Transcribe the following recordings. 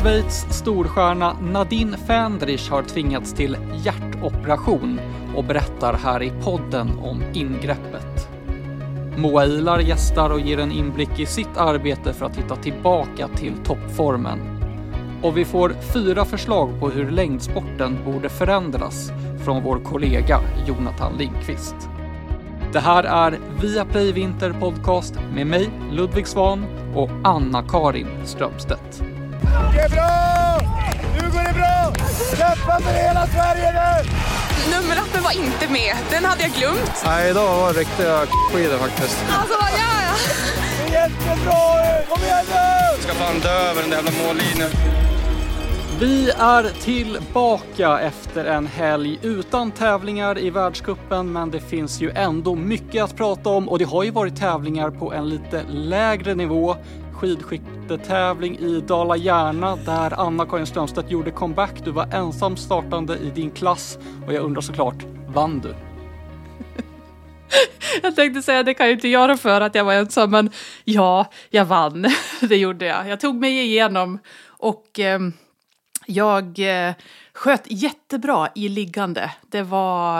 Schweiz storstjärna Nadine Fähndrich har tvingats till hjärtoperation och berättar här i podden om ingreppet. Moa Ilar gästar och ger en inblick i sitt arbete för att hitta tillbaka till toppformen. Och vi får 4 förslag på hur längdsporten borde förändras från vår kollega Jonathan Lindqvist. Det här är Viaplay Vinter Podcast med mig, Ludvig Svan och Anna-Karin Strömstedt. Det är bra! Nu går det bra! Kämpa för hela Sverige nu! Nummerlappen var inte med, den hade jag glömt. Nej, idag var det riktiga skidor faktiskt. Alltså, ja. Det är jättebra! Kom igen nu! Jag ska fan dö över den där jävla mållinjen. Vi är tillbaka efter en helg utan tävlingar i världscupen, men det finns ju ändå mycket att prata om och det har ju varit tävlingar på en lite lägre nivå. Skidskyttetävling i Dala-Järna där Anna-Karin Strömstedt gjorde comeback. Du var ensam startande i din klass och jag undrar såklart, vann du? Jag tänkte säga, det kan ju inte göra för att jag var ensam, men ja, jag vann. Det gjorde jag. Jag tog mig igenom och jag sköt jättebra i liggande. Det var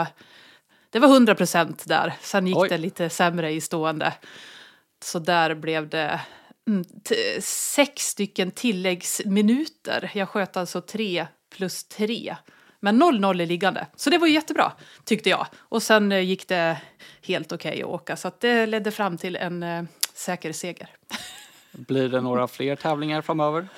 100% där. Sen gick det lite sämre i stående. Så där blev det 6 stycken tilläggsminuter. Jag sköt alltså 3 + 3. Men 0-0 i liggande. Så det var jättebra, tyckte jag. Och sen gick det helt okej att åka. Så att det ledde fram till en säker seger. Blir det några fler tävlingar framöver?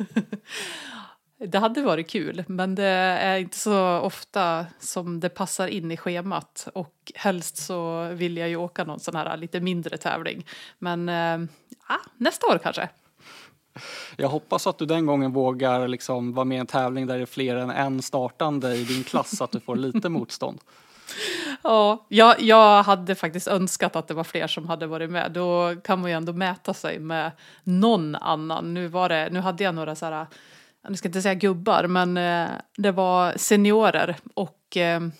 Det hade varit kul, men det är inte så ofta som det passar in i schemat. Och helst så vill jag ju åka någon sån här lite mindre tävling. Men nästa år kanske. Jag hoppas att du den gången vågar liksom vara med i en tävling där det är fler än en startande i din klass så att du får lite motstånd. Ja, jag hade faktiskt önskat att det var fler som hade varit med. Då kan man ju ändå mäta sig med någon annan. Nu hade jag några så här, nu ska jag inte säga gubbar, men det var seniorer och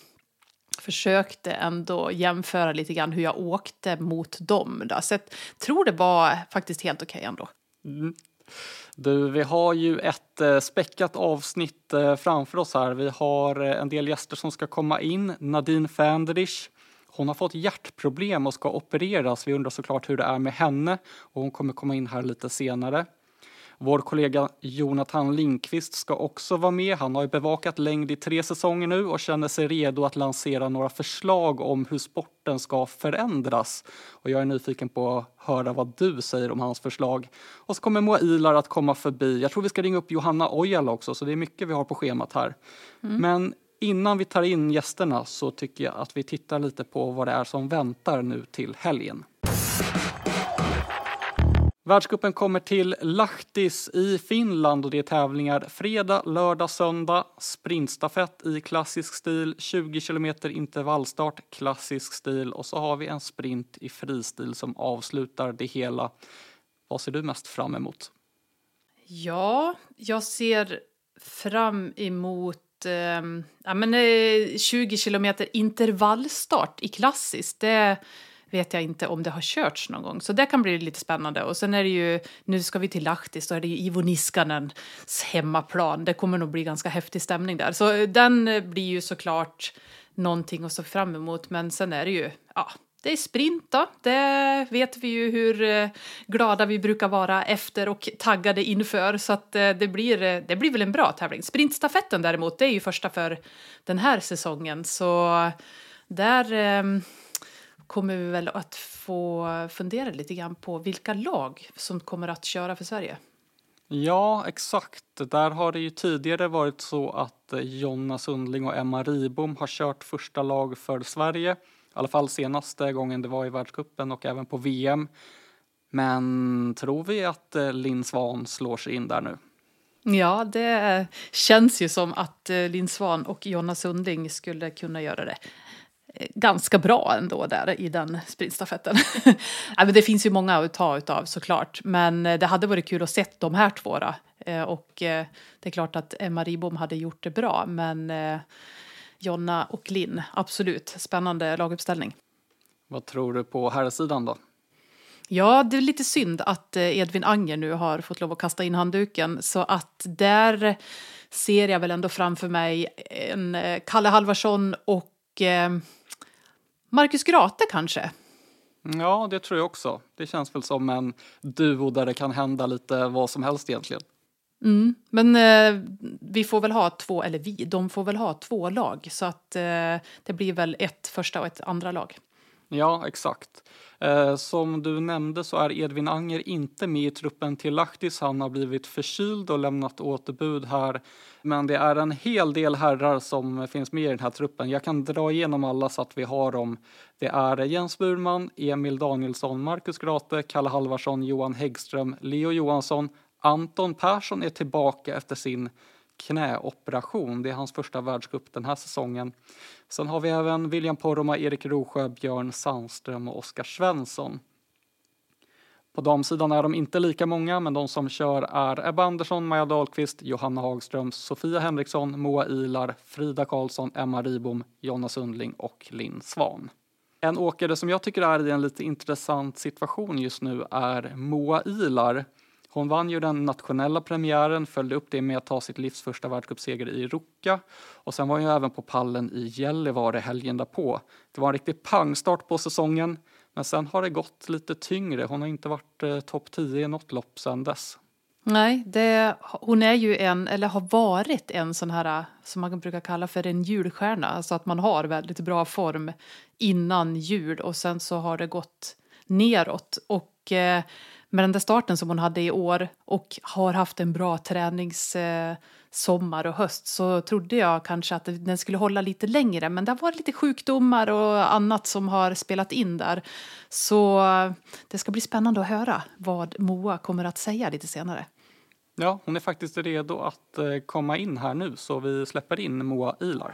försökte ändå jämföra lite grann hur jag åkte mot dem. Då. Så jag tror det var faktiskt helt okej ändå. Mm. Du, vi har ju ett späckat avsnitt framför oss här. Vi har en del gäster som ska komma in. Nadine Fähndrich. Hon har fått hjärtproblem och ska opereras. Vi undrar såklart hur det är med henne. Och hon kommer komma in här lite senare. Vår kollega Jonathan Lindqvist ska också vara med. Han har ju bevakat längd i 3 säsonger nu och känner sig redo att lansera några förslag om hur sporten ska förändras. Och jag är nyfiken på att höra vad du säger om hans förslag. Och så kommer Moa Ilar att komma förbi. Jag tror vi ska ringa upp Johanna Ojala också, så det är mycket vi har på schemat här. Men innan vi tar in gästerna så tycker jag att vi tittar lite på vad det är som väntar nu till helgen. Världscupen kommer till Lahtis i Finland och det är tävlingar fredag, lördag, söndag, sprintstafett i klassisk stil, 20 km intervallstart, klassisk stil och så har vi en sprint i fristil som avslutar det hela. Vad ser du mest fram emot? Ja, jag ser fram emot 20 km intervallstart i klassiskt. Det vet jag inte om det har körts någon gång. Så det kan bli lite spännande. Och sen är det ju, nu ska vi till Lahti, så är det ju Ivo Niskanens hemmaplan. Det kommer nog bli ganska häftig stämning där. Så den blir ju såklart någonting att se fram emot. Men sen är det ju, det är sprint då. Det vet vi ju hur glada vi brukar vara efter och taggade inför. Så att det blir väl en bra tävling. Sprintstafetten däremot, det är ju första för den här säsongen. Så där kommer vi väl att få fundera lite grann på vilka lag som kommer att köra för Sverige. Ja, exakt. Där har det ju tidigare varit så att Jonna Sundling och Emma Ribom har kört första lag för Sverige. I alla fall senaste gången det var i världscupen och även på VM. Men tror vi att Linn Svan slår sig in där nu? Ja, det känns ju som att Linn Svan och Jonna Sundling skulle kunna göra det ganska bra ändå där i den sprintstafetten. Men det finns ju många att ta utav såklart. Men det hade varit kul att se de här två då. Och det är klart att Emma Ribom hade gjort det bra. Men Jonna och Linn, absolut. Spännande laguppställning. Vad tror du på herrsidan då? Ja, det är lite synd att Edvin Anger nu har fått lov att kasta in handduken. Så att där ser jag väl ändå framför mig en Kalle Halvarsson och Marcus Grate kanske. Ja, det tror jag också. Det känns väl som en duo där det kan hända lite vad som helst egentligen. Men vi får väl ha de får väl ha 2 lag. Så att det blir väl ett första och ett andra lag. Ja, exakt. Som du nämnde så är Edvin Anger inte med i truppen till Lahtis. Han har blivit förkyld och lämnat återbud här. Men det är en hel del herrar som finns med i den här truppen. Jag kan dra igenom alla så att vi har dem. Det är Jens Burman, Emil Danielsson, Marcus Grate, Kalle Halvarsson, Johan Häggström, Leo Johansson. Anton Persson är tillbaka efter sin knäoperation. Det är hans första världscup den här säsongen. Sen har vi även William Poromaa, Erik Rosjö, Björn Sandström och Oskar Svensson. På damsidan är de inte lika många, men de som kör är Ebba Andersson, Maja Dahlqvist, Johanna Hagström, Sofia Henriksson, Moa Ilar, Frida Karlsson, Emma Ribom, Jonna Sundling och Linn Svan. En åkare som jag tycker är i en lite intressant situation just nu är Moa Ilar. Hon vann ju den nationella premiären, följde upp det med att ta sitt livs första världscupseger i Ruka. Och sen var hon ju även på pallen i Gällivare helgen därpå. Det var en riktig pangstart på säsongen, men sen har det gått lite tyngre. Hon har inte varit topp 10 i något lopp sedan dess. Nej, hon är ju har varit en sån här som man brukar kalla för en julstjärna. Alltså att man har väldigt bra form innan jul och sen så har det gått neråt. Och med den där starten som hon hade i år och har haft en bra träningssommar och höst så trodde jag kanske att den skulle hålla lite längre. Men det har varit lite sjukdomar och annat som har spelat in där. Så det ska bli spännande att höra vad Moa kommer att säga lite senare. Ja, hon är faktiskt redo att komma in här nu så vi släpper in Moa Ilar.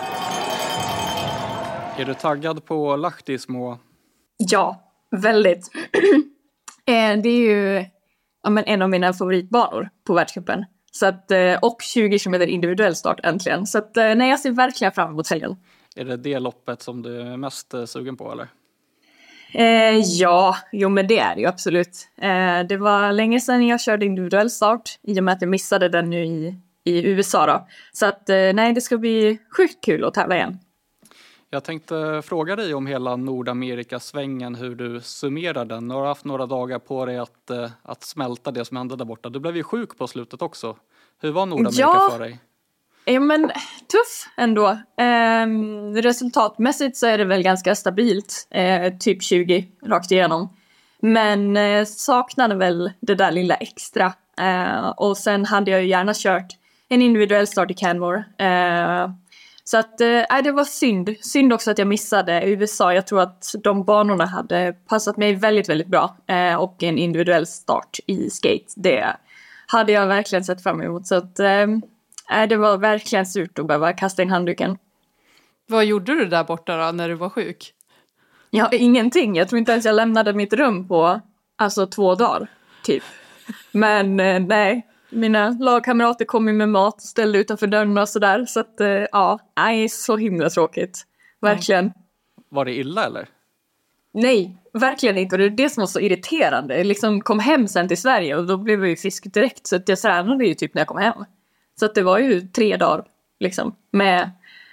Är du taggad på Lahtis, Moa? Ja, väldigt. Det är ju en av mina favoritbanor på världscupen. Så att, och 20 km individuell start äntligen. Så att, nej, jag ser verkligen fram emot helgen. Är det loppet som du är mest sugen på, eller? Ja, men det är det ju absolut. Det var länge sedan jag körde individuell start i och med att jag missade den nu i USA då. Så att, nej, det ska bli sjukt kul att tävla igen. Jag tänkte fråga dig om hela Nordamerikasvängen, hur du summerar den. Du har haft några dagar på dig att smälta det som hände där borta. Du blev ju sjuk på slutet också. Hur var Nordamerika för dig? Ja, men tuff ändå. Resultatmässigt så är det väl ganska stabilt. Typ 20 rakt igenom. Men saknade väl det där lilla extra. Och sen hade jag ju gärna kört en individuell start i Canmore. Så att det var synd också att jag missade USA. Jag tror att de banorna hade passat mig väldigt, väldigt bra. Och en individuell start i skate, det hade jag verkligen sett fram emot. Så att det var verkligen surt att behöva kasta in handduken. Vad gjorde du där borta då, när du var sjuk? Ja, ingenting. Jag tror inte ens jag lämnade mitt rum på 2 dagar, typ. Men nej. Mina lagkamrater kom in med mat och ställde utanför dörren och sådär. Så att så himla tråkigt. Verkligen. Var det illa eller? Nej, verkligen inte. Och det är det som var så irriterande. Jag liksom kom hem sen till Sverige och då blev jag ju frisk direkt. Så att jag tränade ju typ när jag kom hem. Så att det var ju 3 dagar liksom. Med,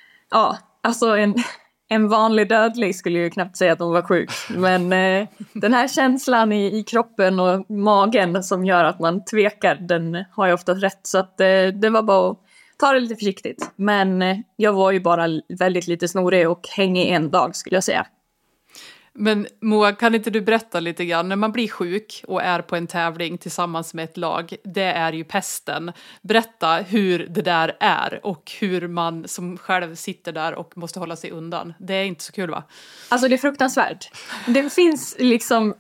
en vanlig dödlig skulle ju knappt säga att hon var sjuk. Men den här känslan i kroppen och magen som gör att man tvekar, den har jag ofta rätt. Så att det var bara att ta det lite försiktigt. Men jag var ju bara väldigt lite snorig och hängig en dag skulle jag säga. Men Moa, kan inte du berätta lite grann, när man blir sjuk och är på en tävling tillsammans med ett lag, det är ju pesten. Berätta hur det där är och hur man som själv sitter där och måste hålla sig undan. Det är inte så kul, va? Alltså det är fruktansvärt. Det finns liksom,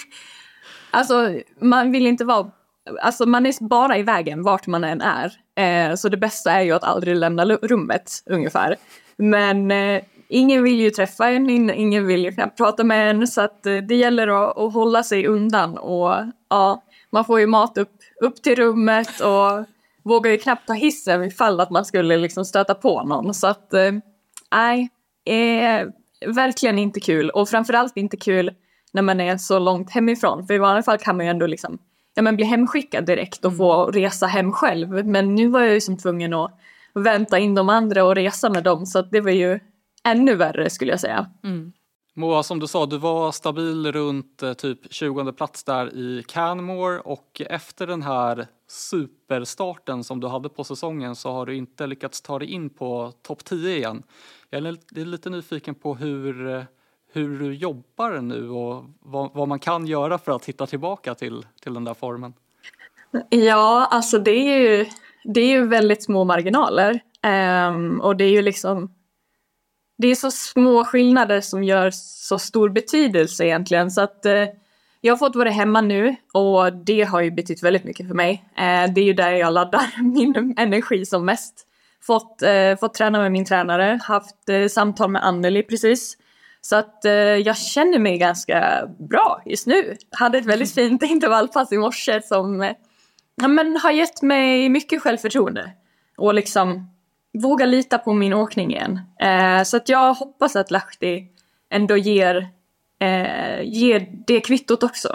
man vill inte vara, man är bara i vägen vart man än är. Så det bästa är ju att aldrig lämna rummet ungefär. Men ingen vill ju träffa en, ingen vill ju prata med en, så att det gäller att hålla sig undan. Och man får ju mat upp till rummet och vågar ju knappt ta hissen ifall att man skulle liksom stöta på någon. Så att verkligen inte kul. Och framförallt inte kul när man är så långt hemifrån. För i vanliga fall kan man ju ändå liksom, bli hemskickad direkt och få resa hem själv. Men nu var jag ju som tvungen att vänta in de andra och resa med dem. Så att det var ju ännu värre skulle jag säga. Moa, som du sa, du var stabil runt typ 20:e plats där i Canmore, och efter den här superstarten som du hade på säsongen så har du inte lyckats ta dig in på topp 10 igen. Jag är lite nyfiken på hur du jobbar nu och vad man kan göra för att hitta tillbaka till den där formen. Ja, alltså det är ju väldigt små marginaler. Och det är ju liksom, det är så små skillnader som gör så stor betydelse egentligen. Så att jag har fått vara hemma nu och det har ju betytt väldigt mycket för mig. Det är ju där jag laddar min energi som mest. Fått träna med min tränare, haft samtal med Anneli precis. Så att jag känner mig ganska bra just nu. Hade ett väldigt fint intervallpass i morse som har gett mig mycket självförtroende. Och liksom våga lita på min åkning igen. Så att jag hoppas att Lahti ändå ger det kvittot också.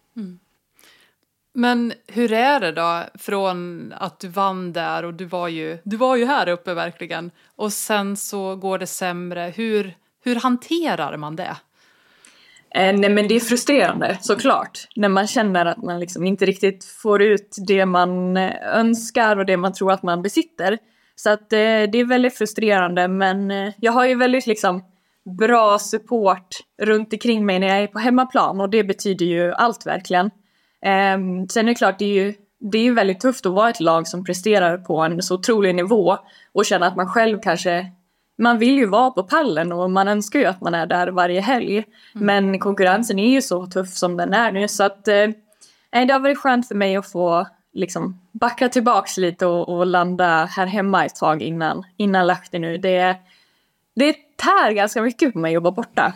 Men hur är det då från att du vann där och du var ju här uppe verkligen och sen så går det sämre. Hur hanterar man det? Nej, men det är frustrerande såklart när man känner att man liksom inte riktigt får ut det man önskar och det man tror att man besitter. Så att det är väldigt frustrerande, men jag har ju väldigt liksom bra support runt omkring mig när jag är på hemmaplan och det betyder ju allt verkligen. Sen är det klart, det är ju väldigt tufft att vara ett lag som presterar på en så otrolig nivå och känna att man själv kanske, man vill ju vara på pallen och man önskar ju att man är där varje helg. Men konkurrensen är ju så tuff som den är nu, så att det har varit skönt för mig att få liksom backa tillbaks lite och landa här hemma ett tag innan Lahti nu. Det tär ganska mycket på mig att vara borta.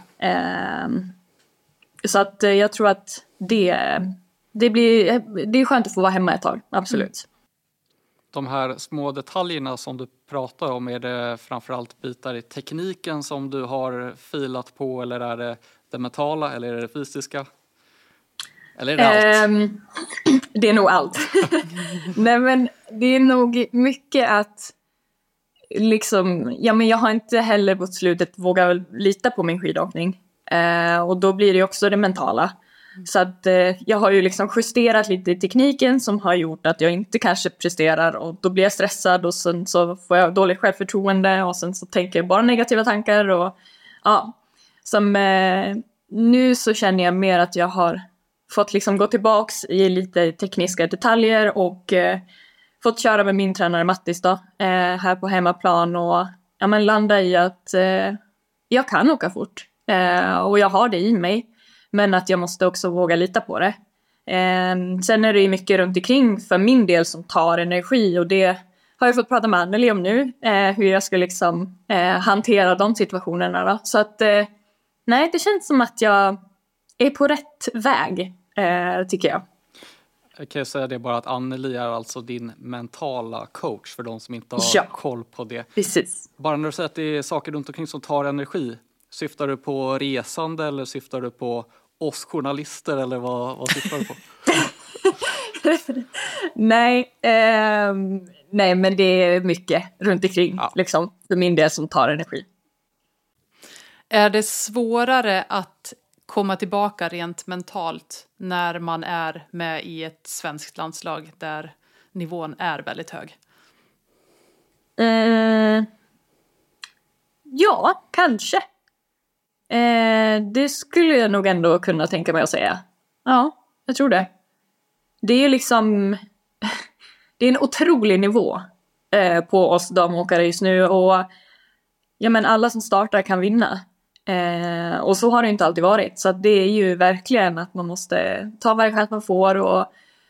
Så att jag tror att det är skönt att få vara hemma ett tag, absolut. De här små detaljerna som du pratar om, är det framförallt bitar i tekniken som du har filat på, eller är det mentala, eller är det fysiska? Eller är det allt? Det är nog allt. Nej, men det är nog mycket att liksom, men jag har inte heller på slutet vågat lita på min skidåkning. Och då blir det också det mentala. Så att jag har ju liksom justerat lite i tekniken som har gjort att jag inte kanske presterar och då blir jag stressad och sen så får jag dåligt självförtroende och sen så tänker jag bara negativa tankar och ja, som nu så känner jag mer att jag har fått liksom gå tillbaks i lite tekniska detaljer och fått köra med min tränare Mattis då, här på hemmaplan och landa i att jag kan åka fort och jag har det i mig. Men att jag måste också våga lita på det. Sen är det ju mycket runt omkring för min del som tar energi. Och det har jag fått prata med Anneli om nu. Hur jag ska liksom hantera de situationerna då. Så att nej, det känns som att jag är på rätt väg, tycker jag. Jag kan säga det bara att Anneli är alltså din mentala coach för de som inte har koll på det. Precis. Bara när du säger att det är saker runt omkring som tar energi. Syftar du på resande eller syftar du på oss journalister eller vad syftar du på? Nej, men det är mycket runt omkring liksom, för min del som tar energi. Är det svårare att komma tillbaka rent mentalt när man är med i ett svenskt landslag där nivån är väldigt hög? Ja, kanske. Det skulle jag nog ändå kunna tänka mig att säga. Ja, jag tror det. Det är liksom det är en otrolig nivå på oss damåkare just nu och alla som startar kan vinna. Och så har det inte alltid varit, så att det är ju verkligen att man måste ta varje chans man får och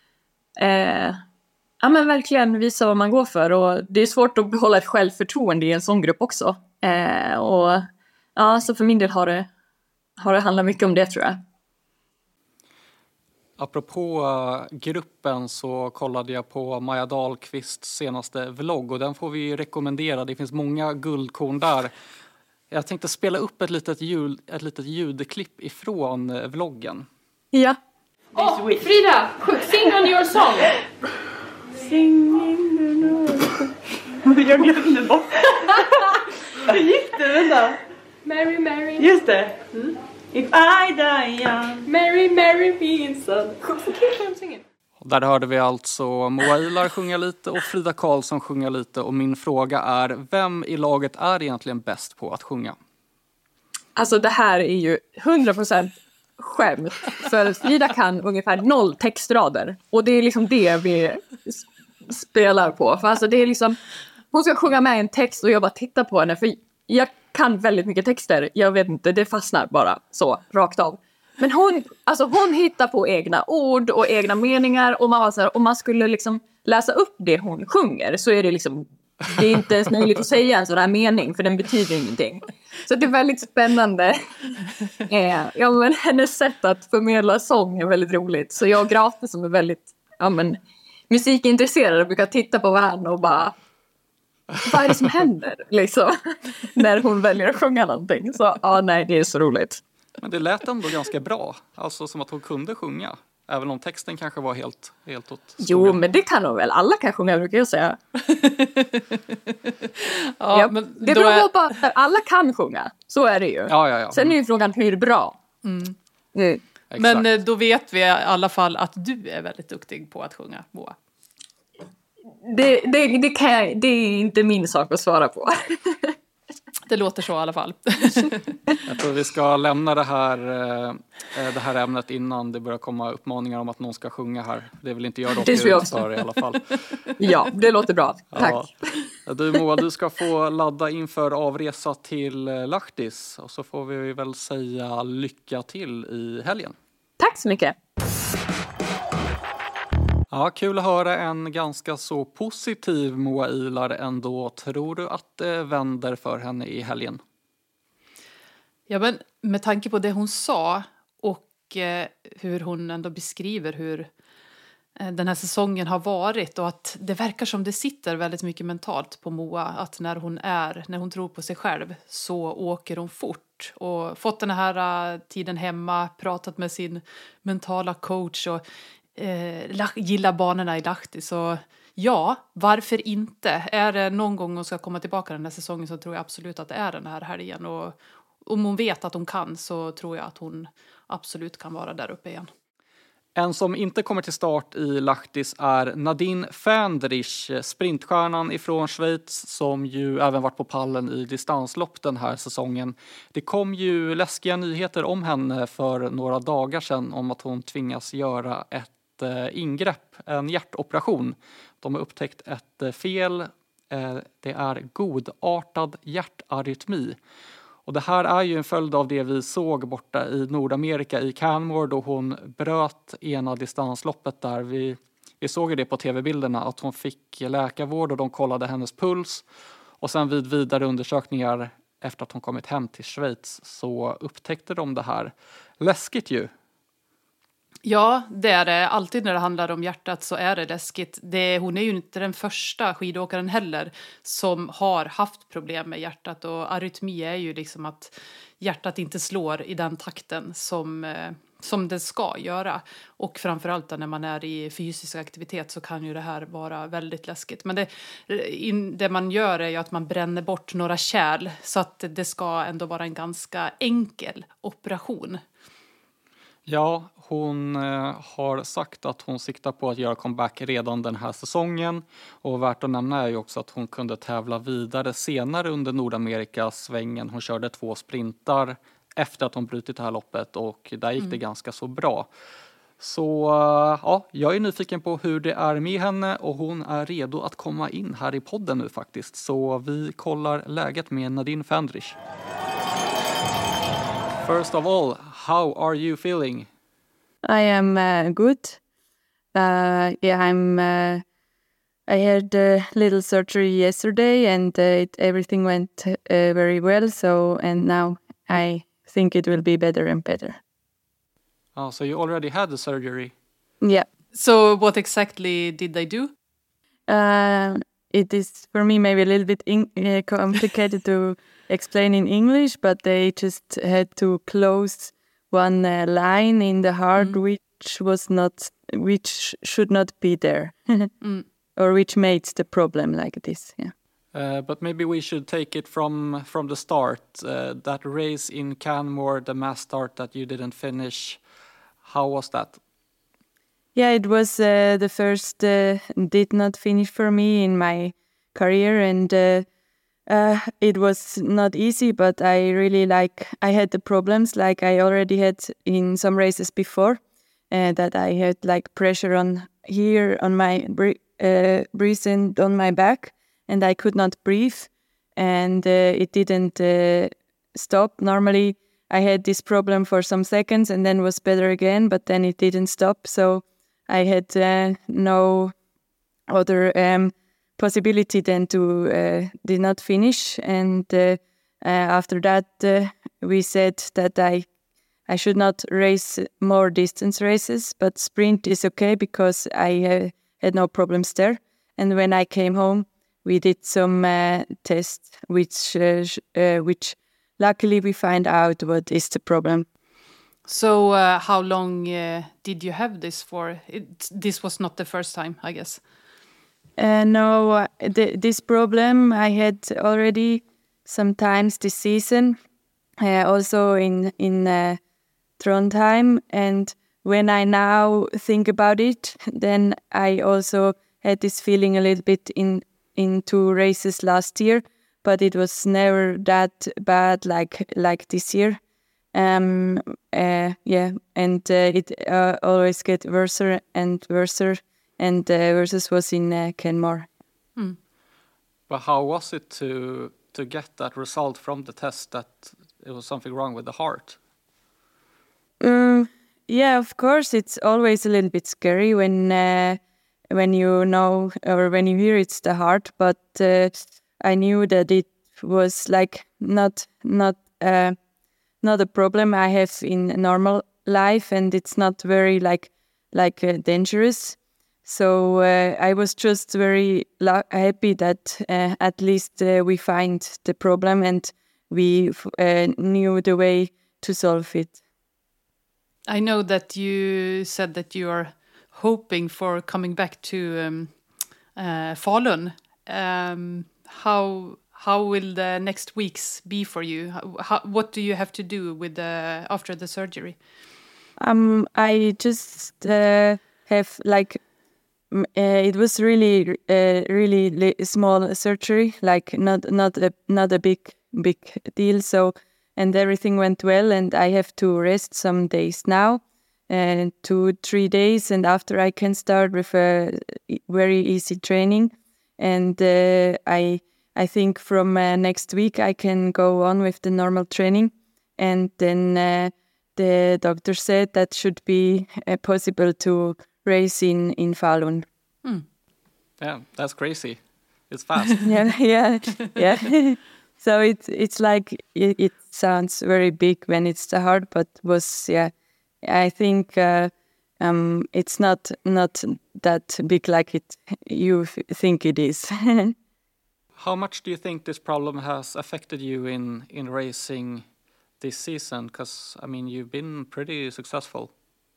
verkligen visa vad man går för, och det är svårt att behålla ett självförtroende i en sån grupp också. Och ja, så för min del har det handlat mycket om det, tror jag. Apropå gruppen så kollade jag på Maja Dahlqvists senaste vlogg och den får vi rekommendera. Det finns många guldkorn där. Jag tänkte spela upp ett litet ljudklipp ifrån vloggen. Ja. Frida, sing on your song! Jag glömde bort. Hur gick det? Vänta. Mary, Mary. Just det. If I die young. Mary, Mary Pinson. Där hörde vi alltså Moa Ilar sjunga lite och Frida Karlsson sjunga lite. Och min fråga är, vem i laget är egentligen bäst på att sjunga? Alltså det här är ju 100% skämt. För Frida kan ungefär 0 textrader. Och det är liksom det vi spelar på. För alltså det är liksom, hon ska sjunga med en text och jag bara tittar på henne. För jag kan väldigt mycket texter. Jag vet inte, det fastnar bara så rakt av. Men hon hittar på egna ord och egna meningar. Och man var så här, om man skulle liksom läsa upp det hon sjunger så är det liksom, det är inte ens möjligt att säga en sån här mening, för den betyder ingenting. Så det är väldigt spännande. Ja, men hennes sätt att förmedla sång är väldigt roligt. Så jag och Grate som är väldigt musikintresserade brukar titta på varandra och bara, vad är det som händer? Liksom, när hon väljer att sjunga någonting. Så nej, det är så roligt. Men det lät ändå ganska bra. Alltså som att hon kunde sjunga. Även om texten kanske var helt åt skogen. Jo, men det kan hon väl. Alla kan sjunga, brukar jag säga. Men det beror på att alla kan sjunga. Så är det ju. Ja. Sen är ju frågan hur bra. Men då vet vi i alla fall att du är väldigt duktig på att sjunga, Moa. Det är inte min sak att svara på. Det låter så i alla fall. Jag tror vi ska lämna det här ämnet innan det börjar komma uppmaningar om att någon ska sjunga här. Det vill inte jag dock för i alla fall. Ja, det låter bra. Tack. Ja. Du Moa, du ska få ladda inför avresa till Lahtis. Och så får vi väl säga lycka till i helgen. Tack så mycket. Ja, kul att höra en ganska så positiv Moa Ilar ändå. Tror du att det vänder för henne i helgen? Ja, men med tanke på det hon sa och hur hon ändå beskriver hur den här säsongen har varit och att det verkar som det sitter väldigt mycket mentalt på Moa, att när hon tror på sig själv så åker hon fort och fått den här tiden hemma, pratat med sin mentala coach och gillar banorna i Lahti. Så ja, varför inte? Är det någon gång hon ska komma tillbaka den här säsongen så tror jag absolut att det är den här helgen. Och om hon vet att hon kan så tror jag att hon absolut kan vara där uppe igen. En som inte kommer till start i Lahtis är Nadine Fähndrich, sprintstjärnan ifrån Schweiz som ju även varit på pallen i distanslopp den här säsongen. Det kom ju läskiga nyheter om henne för några dagar sedan om att hon tvingas göra ett ingrepp, en hjärtoperation. De har upptäckt ett fel, det är godartad hjärtarytmi. Och det här är ju en följd av det vi såg borta i Nordamerika i Canmore då hon bröt ena distansloppet där. Vi såg ju det på tv-bilderna att hon fick läkarvård och de kollade hennes puls. Och sen vid vidare undersökningar efter att hon kommit hem till Schweiz så upptäckte de det här. Läskigt ju. Ja, det är det. Alltid när det handlar om hjärtat så är det läskigt. Hon är ju inte den första skidåkaren heller som har haft problem med hjärtat. Och arytmi är ju liksom att hjärtat inte slår i den takten som det ska göra. Och framförallt när man är i fysisk aktivitet så kan ju det här vara väldigt läskigt. Men det man gör är ju att man bränner bort några kärl så att det ska ändå vara en ganska enkel operation. Ja, hon har sagt att hon siktar på att göra comeback redan den här säsongen. Och värt att nämna är ju också att hon kunde tävla vidare senare under Nordamerika-svängen. Hon körde 2 sprintar efter att hon brutit det här loppet och där gick det ganska så bra. Så ja, jag är nyfiken på hur det är med henne och hon är redo att komma in här i podden nu faktiskt. Så vi kollar läget med Nadine Fähndrich. First of all, how are you feeling? I am good. I had a little surgery yesterday, and everything went very well. And now I think it will be better and better. Oh, so you already had the surgery? Yeah. So what exactly did they do? It is for me maybe a little bit complicated to explain in English, but they just had to close one line in the heart which should not be there, or which made the problem like this. Yeah. But maybe we should take it from the start. That race in Canmore, the mass start that you didn't finish. How was that? Yeah, it was the first did not finish for me in my career, and it was not easy, but I had the problems like I already had in some races before, that I had like pressure on here on my breath and on my back, and I could not breathe, and it didn't stop. Normally I had this problem for some seconds and then was better again, but then it didn't stop, so I had no other possibility than to did not finish, and after that we said that I should not race more distance races, but sprint is okay because I had no problems there. And when I came home, we did some tests, which luckily we find out what is the problem. So how long did you have this for? This was not the first time, I guess. No, this problem I had already sometimes this season, also in Trondheim. And when I now think about it, then I also had this feeling a little bit in 2 races last year, but it was never that bad like this year. And it always get worse and worse, and versus was in Kenmore. But how was it to get that result from the test that it was something wrong with the heart? Yeah, of course, it's always a little bit scary when you know or when you hear it's the heart. But I knew that it was like not a problem I have in normal life, and it's not very like dangerous. So I was just very happy that at least we find the problem and we knew the way to solve it. I know that you said that you are hoping for coming back to Falun. How will the next weeks be for you? What do you have to do with after the surgery? I just have like it was really small surgery, like not a big deal. So and everything went well, and I have to rest some days now, 2-3 days, and after I can start with a very easy training, and I think from next week I can go on with the normal training, and then the doctor said that should be possible to race in Falun. Yeah, that's crazy. It's fast. yeah. So it's like it sounds very big when it's the heart, but I think it's not that big like you think it is. How much do you think this problem has affected you in racing this season? Because I mean, you've been pretty successful.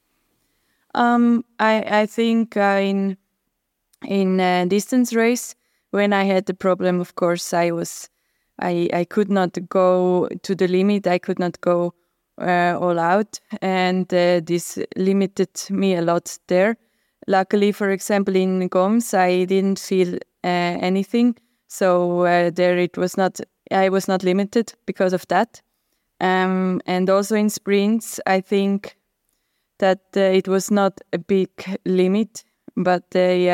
I think in distance race, when I had the problem, of course, I could not go to the limit. I could not go all out, and this limited me a lot there. Luckily, for example, in Goms, I didn't feel anything, so there it was not. I was not limited because of that, and also in sprints, I think that it was not a big limit, but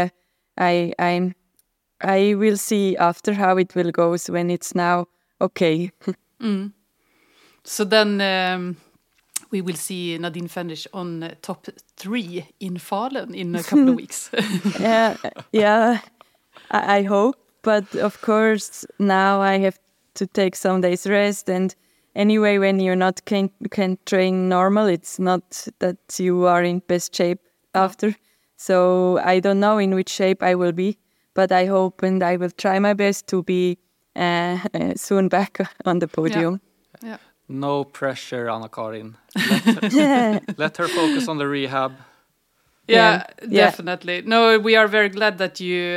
I will see after how it will go when it's now okay. So then we will see Nadine Fendrich on top 3 in Falun in a couple of weeks. Yeah, I hope. But of course, now I have to take some days rest. And anyway, when you're not can train normal, it's not that you are in best shape after. So I don't know in which shape I will be. But I hope and I will try my best to be soon back on the podium. Yeah. No pressure, Anna-Karin. Let her focus on the rehab. Yeah, definitely. No, we are very glad that you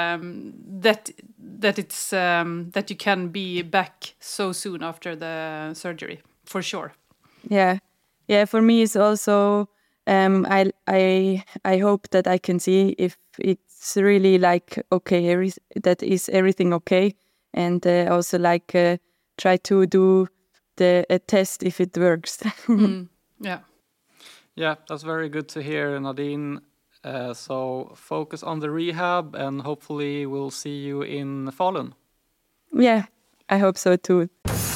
that you can be back so soon after the surgery, for sure. Yeah. For me, it's also I hope that I can see if it's really like okay, that is everything okay, and also like try to do a test if it works. Yeah, that's very good to hear, Nadine. So focus on the rehab and hopefully we'll see you in Falun. Yeah, I hope so too.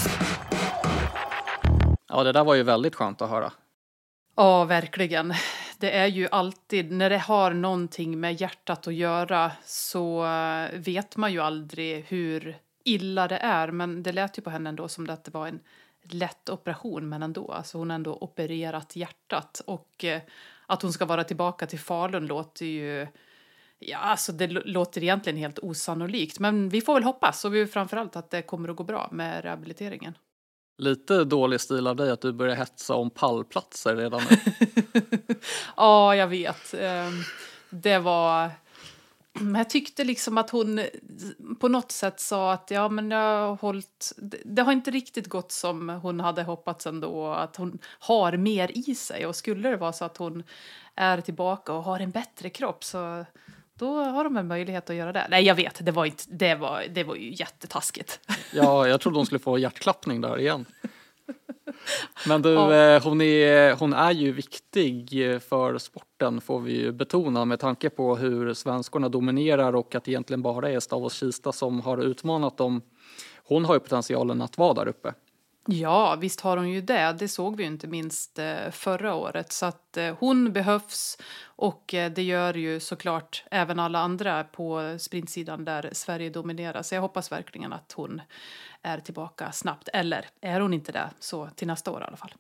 Ja, det där var ju väldigt skönt att höra. Ja, verkligen. Det är ju alltid, när det har någonting med hjärtat att göra så vet man ju aldrig hur illa det är. Men det lät ju på henne ändå som att det var en lätt operation, men ändå. Alltså hon har ändå opererat hjärtat. Och att hon ska vara tillbaka till Falun låter ju... Ja, alltså det låter egentligen helt osannolikt. Men vi får väl hoppas, och vi framförallt att det kommer att gå bra med rehabiliteringen. Lite dålig stil av dig att du börjar hetsa om pallplatser redan nu. Ja, jag vet. Det var... Jag tyckte liksom att hon på något sätt sa att ja, men jag har hållit... Det har inte riktigt gått som hon hade hoppats ändå. Att hon har mer i sig. Och skulle det vara så att hon är tillbaka och har en bättre kropp, så då har de en möjlighet att göra det. Nej, jag vet. Det var ju jättetaskigt. Ja, jag trodde hon skulle få hjärtklappning där igen. Men du, hon är ju viktig för sporten, får vi ju betona, med tanke på hur svenskorna dominerar och att det egentligen bara är Stavås Kista som har utmanat dem. Hon har ju potentialen att vara där uppe. Ja, visst har hon ju det. Det såg vi ju inte minst förra året. Så att hon behövs, och det gör ju såklart även alla andra på sprintsidan där Sverige dominerar. Så jag hoppas verkligen att hon är tillbaka snabbt. Eller är hon inte det, så till nästa år i alla fall.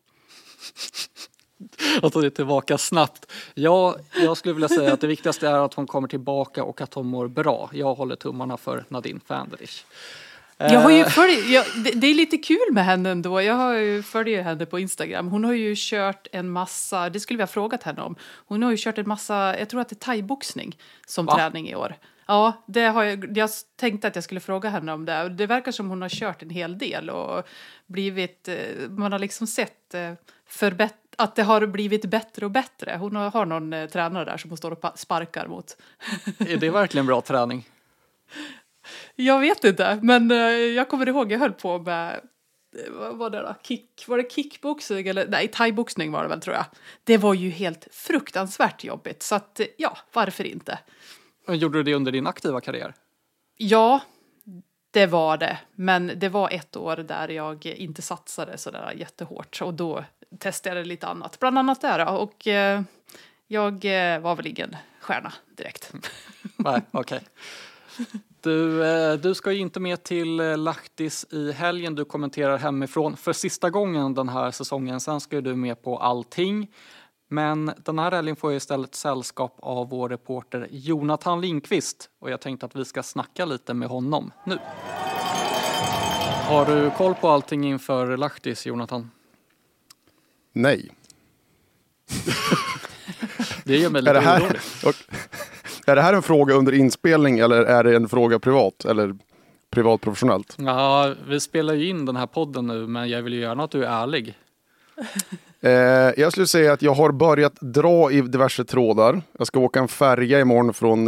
Att hon är tillbaka snabbt. Ja, jag skulle vilja säga att det viktigaste är att hon kommer tillbaka och att hon mår bra. Jag håller tummarna för Nadine Fänderich. Jag har ju det är lite kul med henne ändå. Jag följer henne på Instagram. Hon har ju kört en massa, det skulle vi ha frågat henne om. Hon har ju kört en massa, jag tror att det är thaiboxning som träning i år. Ja, det har jag tänkte att jag skulle fråga henne om det. Det verkar som hon har kört en hel del och blivit, man har liksom sett att det har blivit bättre och bättre. Hon har någon tränare där som hon står och sparkar mot. Är det verkligen bra träning? Jag vet inte, men jag kommer ihåg jag höll på med, vad var det då? Var det kickboxing eller nej, thaiboxning var det väl, tror jag. Det var ju helt fruktansvärt jobbigt, så att ja, varför inte? Gjorde du det under din aktiva karriär? Ja, det var det, men det var ett år där jag inte satsade så där jättehårt, och då testade jag lite annat, bland annat där, och jag var väl ingen stjärna direkt. Nej, okej. Du ska ju inte med till Lahtis i helgen. Du kommenterar hemifrån för sista gången den här säsongen. Sen ska du med på allting. Men den här helgen får jag istället sällskap av vår reporter Jonathan Lindqvist. Och jag tänkte att vi ska snacka lite med honom nu. Har du koll på allting inför Lahtis, Jonathan? Nej. Det gör mig lite orolig. Är det här en fråga under inspelning eller är det en fråga privat eller privat professionellt? Ja, vi spelar ju in den här podden nu, men jag vill ju gärna att du är ärlig. Jag skulle säga att jag har börjat dra i diverse trådar. Jag ska åka en färja imorgon från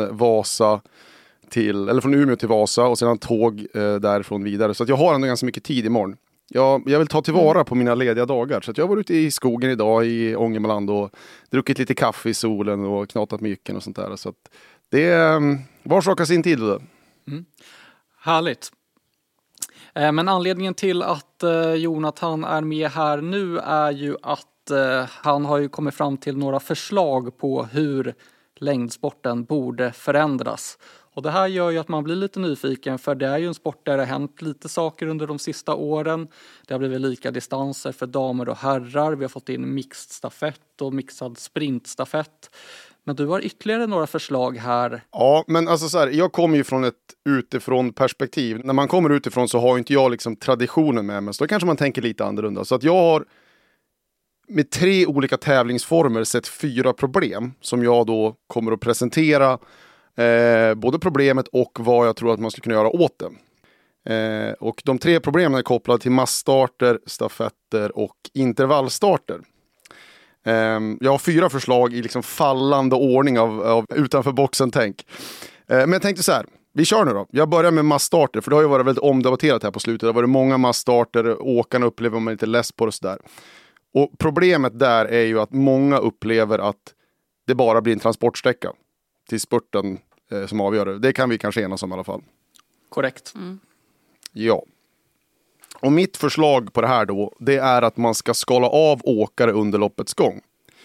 från Umeå till Vasa och sedan tåg därifrån vidare. Så att jag har ändå ganska mycket tid imorgon. Jag vill ta tillvara på mina lediga dagar. Så att jag var ute i skogen idag i Ångermanland och druckit lite kaffe i solen och knatat mycken och sånt där. Så att det var sak av sin tid. Härligt. Men anledningen till att Jonathan är med här nu är ju att han har ju kommit fram till några förslag på hur längdsporten borde förändras. Och det här gör ju att man blir lite nyfiken, för det är ju en sport där det har hänt lite saker under de sista åren. Det har blivit lika distanser för damer och herrar. Vi har fått in mixed stafett och mixad sprintstafett. Men du har ytterligare några förslag här. Ja, men alltså så här, jag kommer ju från ett utifrån perspektiv. När man kommer utifrån så har inte jag liksom traditionen med mig. Så då kanske man tänker lite annorlunda. Så att jag har med 3 olika tävlingsformer sett 4 problem som jag då kommer att presentera. Både problemet och vad jag tror att man skulle kunna göra åt det. Och de 3 problemen är kopplade till massstarter, stafetter och intervallstarter. Jag har 4 förslag i liksom fallande ordning av utanför boxen tänk. Men jag tänkte så här, vi kör nu då. Jag börjar med massstarter, för det har ju varit väldigt omdebatterat här på slutet. Det har varit många massstarter, åkarna upplever man lite less på det sådär. Och problemet där är ju att många upplever att det bara blir en transportsträcka till spurten som avgör det. Det kan vi kanske enas om i alla fall. Korrekt. Ja. Och mitt förslag på det här då, det är att man ska skala av åkare under loppets gång.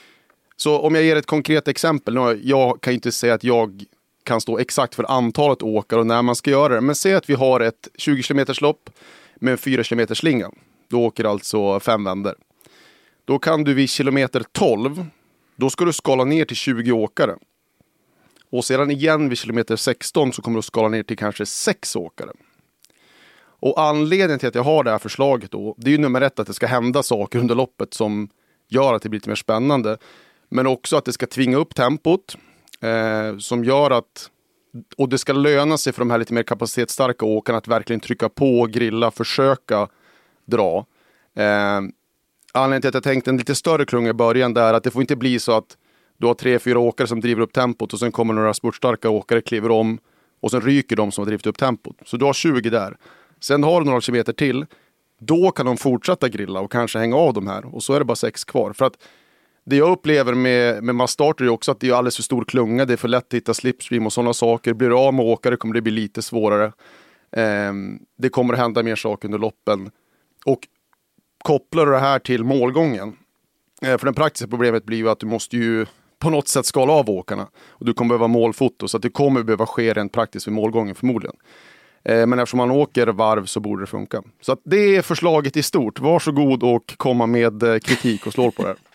Så om jag ger ett konkret exempel, jag kan ju inte säga att jag kan stå exakt för antalet åkare och när man ska göra det. Men säg att vi har ett 20 km lopp med en 4 km slinga. Då åker alltså 5 vändor. Då kan du vid kilometer 12, då ska du skala ner till 20 åkare. Och sedan igen vid kilometer 16 så kommer du skala ner till kanske 6 åkare. Och anledningen till att jag har det här förslaget då, det är ju nummer 1 att det ska hända saker under loppet som gör att det blir lite mer spännande. Men också att det ska tvinga upp tempot som gör att, och det ska löna sig för de här lite mer kapacitetsstarka åkarna att verkligen trycka på, grilla, försöka dra. Anledningen till att jag tänkte en lite större klunga i början där att det får inte bli så att du har 3-4 åkare som driver upp tempot och sen kommer några spurtstarka åkare, kliver om och sen ryker de som har drivit upp tempot. Så du har 20 där. Sen har du några kilometer till. Då kan de fortsätta grilla och kanske hänga av de här. Och så är det bara 6 kvar. För att det jag upplever med massstarter är också att det är alldeles för stor klunga. Det är för lätt att hitta slipstream och sådana saker. Blir du av med åkare kommer det bli lite svårare. Det kommer att hända mer saker under loppen. Och kopplar du det här till målgången. För det praktiska problemet blir ju att du måste ju på något sätt skala av åkarna. Och du kommer behöva målfoto. Så att det kommer behöva ske rent praktiskt vid målgången förmodligen. Men eftersom man åker varv så borde det funka. Så att det är förslaget i stort. Varsågod och komma med kritik och slå på det här.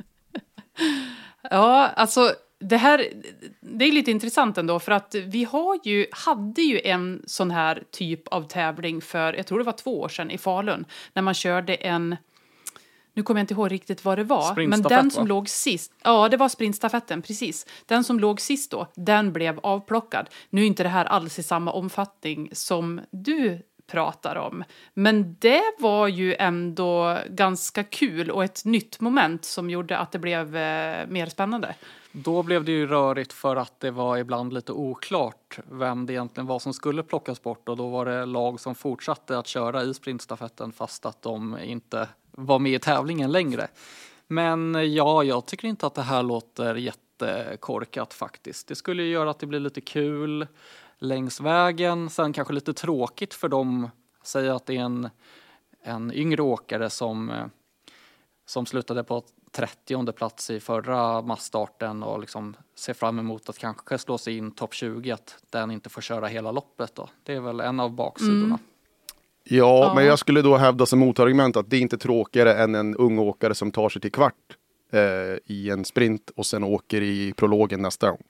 Ja, alltså det är lite intressant ändå för att vi hade ju en sån här typ av tävling för, jag tror det var 2 år sedan i Falun, när man körde en, nu kommer jag inte ihåg riktigt vad det var, men den som låg sist, ja det var sprintstafetten, precis. Den som låg sist då, den blev avplockad. Nu är inte det här alls i samma omfattning som du pratar om. Men det var ju ändå ganska kul och ett nytt moment som gjorde att det blev mer spännande. Då blev det ju rörigt för att det var ibland lite oklart vem det egentligen var som skulle plockas bort. Och då var det lag som fortsatte att köra i sprintstafetten fast att de inte var med i tävlingen längre. Men ja, jag tycker inte att det här låter jättekorkat faktiskt. Det skulle ju göra att det blir lite kul längs vägen. Sen kanske lite tråkigt för dem. Säga att det är en yngre åkare som slutade på 30:e plats i förra massstarten och liksom ser fram emot att kanske slå sig in topp 20, att den inte får köra hela loppet då. Det är väl en av baksidorna. Ja, men jag skulle då hävda som motargument att det är inte tråkigare än en ung åkare som tar sig till kvart i en sprint och sen åker i prologen nästa gång.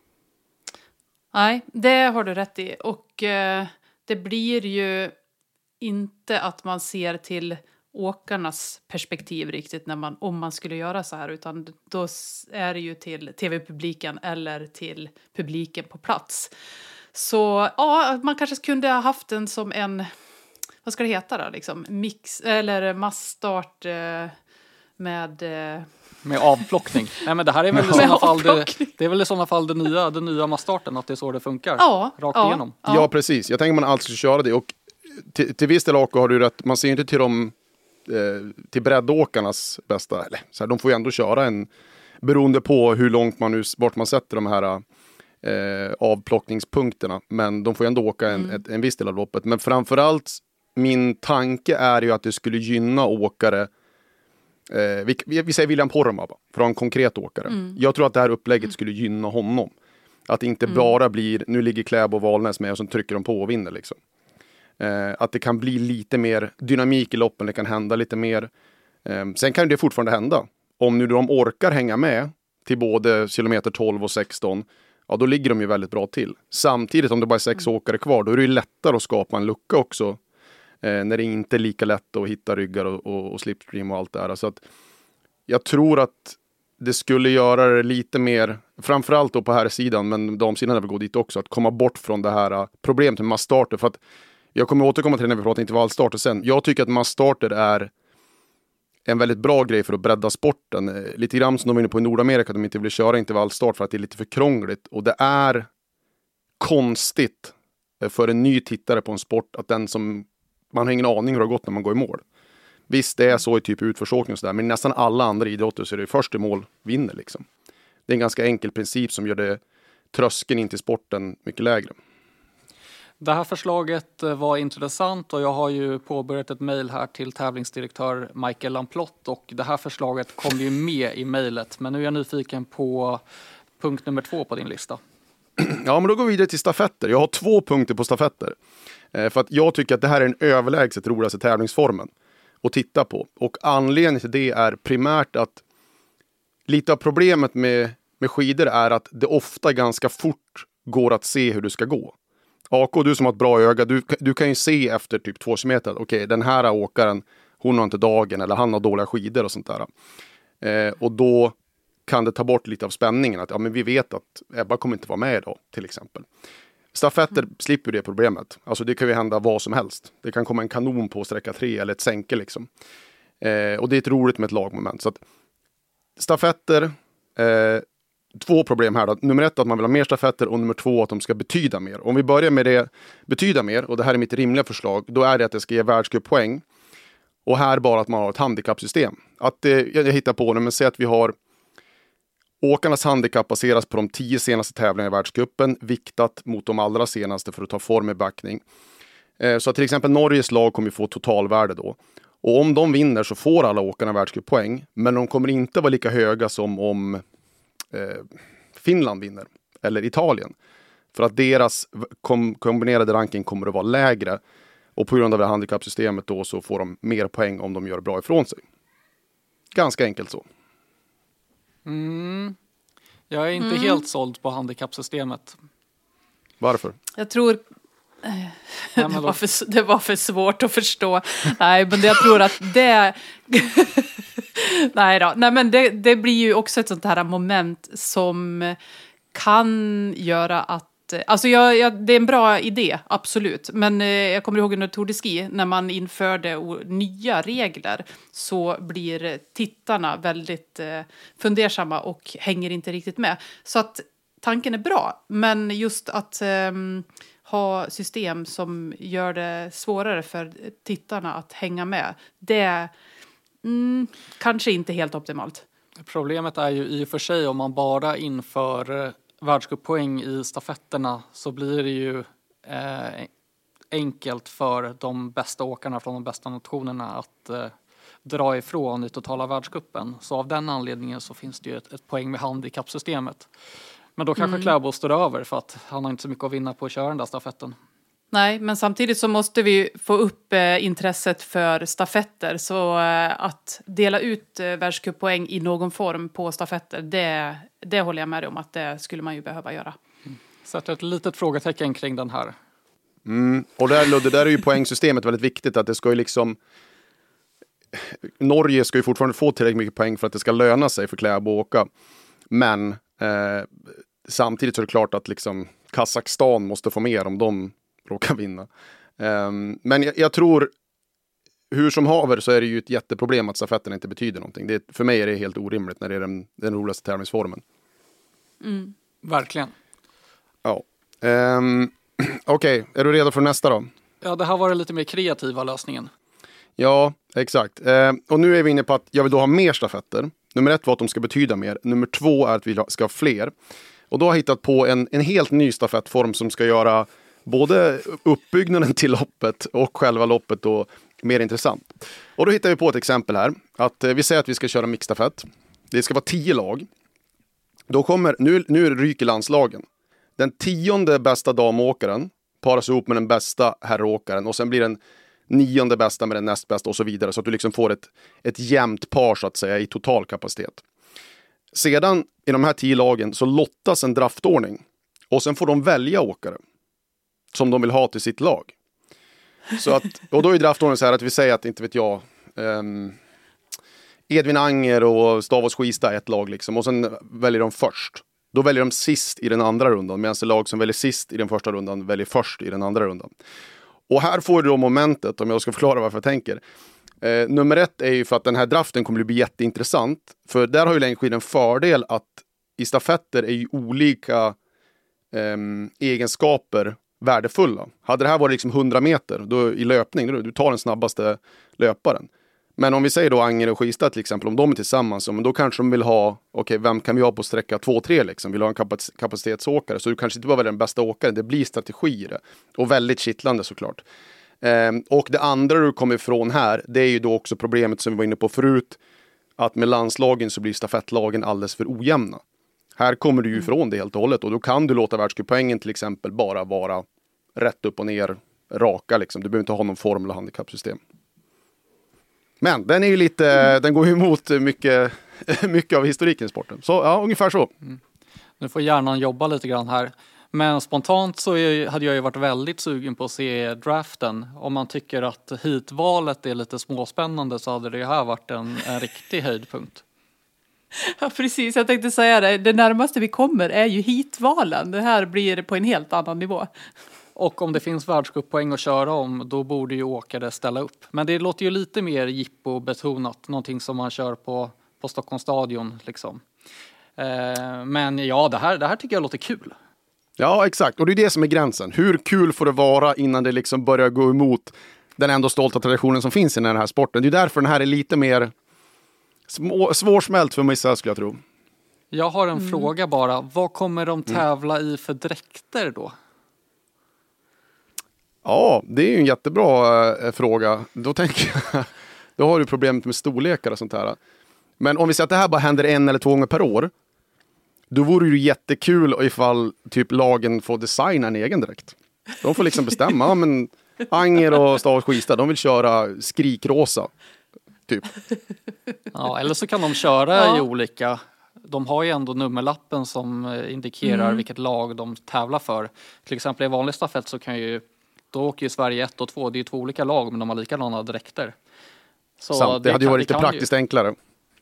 Nej, det har du rätt i. Och det blir ju inte att man ser till åkarnas perspektiv riktigt om man skulle göra så här, utan då är det ju till tv-publiken eller till publiken på plats. Så ja, man kanske kunde ha haft den som en, vad ska det heta då, liksom mix eller massstart med avplockning. Nej, men det här är väl i sådana fall det är väl i sådana fall den nya massstarten, att det är så det funkar. Rakt igenom. Ja, precis. Jag tänker man alltid ska köra det, och till viss del har du rätt, man ser inte till dem till breddåkarnas bästa, eller så här, de får ju ändå köra en, beroende på hur långt bort man sätter de här avplockningspunkterna, men de får ju ändå åka en viss del av loppet. Men framförallt min tanke är ju att det skulle gynna åkare, vi säger William Poromaa för en konkret åkare. Jag tror att det här upplägget skulle gynna honom, att det inte bara blir, nu ligger Kläbo och Valnäs med och så trycker de på och vinner liksom. Att det kan bli lite mer dynamik i loppen, det kan hända lite mer. Sen kan det fortfarande hända. Om nu de orkar hänga med till både kilometer 12 och 16, ja då ligger de ju väldigt bra till. Samtidigt om det bara är 6 åkare kvar, då är det ju lättare att skapa en lucka också. När det inte är lika lätt att hitta ryggar och slipstream och allt det här. Så att jag tror att det skulle göra det lite mer, framförallt då på här sidan, men damsidan är väl gå dit också, att komma bort från det här problemet med massstarter. För att jag kommer återkomma till det när vi pratar intervallstarter sen. Jag tycker att massstarter är en väldigt bra grej för att bredda sporten. Lite grann som de var inne på i Nordamerika, att de inte vill köra intervallstart för att det är lite för krångligt. Och det är konstigt för en ny tittare på en sport att den som man har ingen aning hur det har gått när man går i mål. Visst, det är så i typ utförsåkning och sådär, men nästan alla andra idrotter så är det först i mål vinner liksom. Det är en ganska enkel princip som gör det tröskeln in till sporten mycket lägre. Det här förslaget var intressant och jag har ju påbörjat ett mejl här till tävlingsdirektör Michael Lamplott och det här förslaget kom ju med i mejlet, men nu är jag nyfiken på punkt nummer 2 på din lista. Ja, men då går vi vidare till stafetter. Jag har 2 punkter på stafetter. För att jag tycker att det här är den överlägset roligaste tävlingsformen att titta på. Och anledningen till det är primärt att lite av problemet med skidor är att det ofta ganska fort går att se hur du ska gå. AK, du som har ett bra öga, du kan ju se efter typ 2 kilometer, okej, den här åkaren, hon har inte dagen eller han har dåliga skidor och sånt där. Och då kan det ta bort lite av spänningen att ja, men vi vet att Ebba kommer inte vara med idag till exempel. Stafetter slipper det problemet. Alltså det kan ju hända vad som helst. Det kan komma en kanon på sträcka 3 eller ett sänke liksom. Och det är ett roligt med ett lagmoment. Så att stafetter, 2 problem här då. Nummer 1 att man vill ha mer stafetter och nummer 2 att de ska betyda mer. Om vi börjar med det betyda mer, och det här är mitt rimliga förslag, då är det att det ska ge världscuppoäng. Och här bara att man har ett handikappsystem. Att jag hittar på det, men säg att vi har åkarnas handikapp baseras på de 10 senaste tävlingarna i världscupen, viktat mot de allra senaste för att ta form i backning. Så att till exempel Norges lag kommer få totalvärde då. Och om de vinner så får alla åkarna världscuppoäng, men de kommer inte vara lika höga som om Finland vinner, eller Italien. För att deras kombinerade ranking kommer att vara lägre, och på grund av det handikappsystemet då så får de mer poäng om de gör bra ifrån sig. Ganska enkelt så. Jag är inte helt såld på handikappsystemet. Varför? Jag tror det var för svårt att förstå. Nej, men jag tror att det Nej, men det blir ju också ett sånt här moment som kan göra att alltså det är en bra idé, absolut. Men jag kommer ihåg under Tour de Ski, när man införde nya regler, så blir tittarna väldigt fundersamma och hänger inte riktigt med. Så att tanken är bra, men just att ha system som gör det svårare för tittarna att hänga med, det kanske inte helt optimalt. Problemet är ju i och för sig om man bara inför världscuppoäng i stafetterna så blir det ju enkelt för de bästa åkarna från de bästa nationerna att dra ifrån i totala världscupen. Så av den anledningen så finns det ju ett poäng med handikappsystemet. Men då kanske Kläbo står över för att han har inte så mycket att vinna på att köra den där stafetten. Nej, men samtidigt så måste vi få upp intresset för stafetter. Så att dela ut världscuppoäng i någon form på stafetter, det håller jag med om att det skulle man ju behöva göra. Sätter ett litet frågetecken kring den här. Och där är ju poängsystemet väldigt viktigt, att det ska ju liksom Norge ska ju fortfarande få tillräckligt mycket poäng för att det ska löna sig för Kläbo att åka. Men samtidigt så är det klart att liksom Kazakstan måste få mer om de råkar vinna. Men jag tror hur som haver så är det ju ett jätteproblem att stafetten inte betyder någonting. För mig är det helt orimligt när det är den roligaste tävlingsformen. Verkligen. Ja. Okej, är du redo för nästa då? Ja, det här var den lite mer kreativa lösningen. Ja, exakt. Och nu är vi inne på att jag vill då ha mer stafetter. Nummer 1 var att de ska betyda mer. Nummer 2 är att vi ska ha fler. Och då har jag hittat på en helt ny stafettform som ska göra både uppbyggnaden till loppet och själva loppet då mer intressant. Och då hittar vi på ett exempel här. Att vi säger att vi ska köra mixstafett. Det ska vara 10 lag. Då kommer, nu ryker landslagen. Den 10:e bästa damåkaren paras ihop med den bästa herråkaren. Och sen blir den 9:e bästa med den näst bästa och så vidare. Så att du liksom får ett jämnt par så att säga i total kapacitet. Sedan i de här 10 lagen så lottas en draftordning. Och sen får de välja åkare som de vill ha till sitt lag. Så att, och då är draftordningen så här att vi säger att, inte vet jag, Edvin Anger och Stavås Skista är ett lag liksom. Och sen väljer de först. Då väljer de sist i den andra rundan. Medan det lag som väljer sist i den första rundan väljer först i den andra rundan. Och här får du då momentet, om jag ska förklara varför jag tänker. Nummer 1 är ju för att den här draften kommer att bli jätteintressant. För där har ju längdskidor en fördel att i stafetter är ju olika egenskaper värdefulla. Hade det här varit liksom 100 meter då, i löpning, då du tar den snabbaste löparen. Men om vi säger då Anger och Skista till exempel, om de är tillsammans, då kanske de vill ha, vem kan vi ha på sträcka 2-3 liksom? Vill ha en kapacitetsåkare, så du kanske inte bara väljer den bästa åkaren, det blir strategi i det. Och väldigt kittlande såklart. Och det andra du kommer ifrån här, det är ju då också problemet som vi var inne på förut, att med landslagen så blir stafettlagen alldeles för ojämna. Här kommer du ju ifrån det helt och hållet, och då kan du låta världscuppoängen till exempel bara vara rätt upp och ner, raka liksom. Du behöver inte ha någon form eller handikappsystem. Men den är ju lite, den går ju emot mycket av historiken i sporten. Så ja, ungefär så. Nu får hjärnan jobba lite grann här. Men spontant så hade jag ju varit väldigt sugen på att se draften. Om man tycker att hitvalet är lite småspännande så hade det här varit en riktig höjdpunkt. Ja, precis. Jag tänkte säga det. Det närmaste vi kommer är ju hitvalen. Det här blir på en helt annan nivå. Och om det finns världscuppoäng att köra om, då borde ju åkare ställa upp. Men det låter ju lite mer jippo-betonat. Någonting som man kör på Stockholms stadion liksom. Men ja, det här tycker jag låter kul. Ja, exakt. Och det är det som är gränsen. Hur kul får det vara innan det liksom börjar gå emot den ändå stolta traditionen som finns i den här sporten. Det är därför den här är lite mer svårsmält för mig, skulle jag tro. Jag har en fråga bara. Vad kommer de tävla i för dräkter då? Ja, det är ju en jättebra fråga. Då tänker jag, då har du problemet med storlekar och sånt här. Men om vi säger att det här bara händer 1 eller 2 gånger per år, då vore det ju jättekul ifall typ lagen får designa en egen dräkt. De får liksom bestämma, ja, men Anger och Stavås Skista, de vill köra skrikrosa typ. Ja, eller så kan de köra i olika. De har ju ändå nummerlappen som indikerar vilket lag de tävlar för. Till exempel i vanlig stafett så kan ju, då åker ju Sverige 1 och 2. Det är ju 2 olika lag, men de har likadana dräkter. Så sant, det hade ju varit lite praktiskt enklare.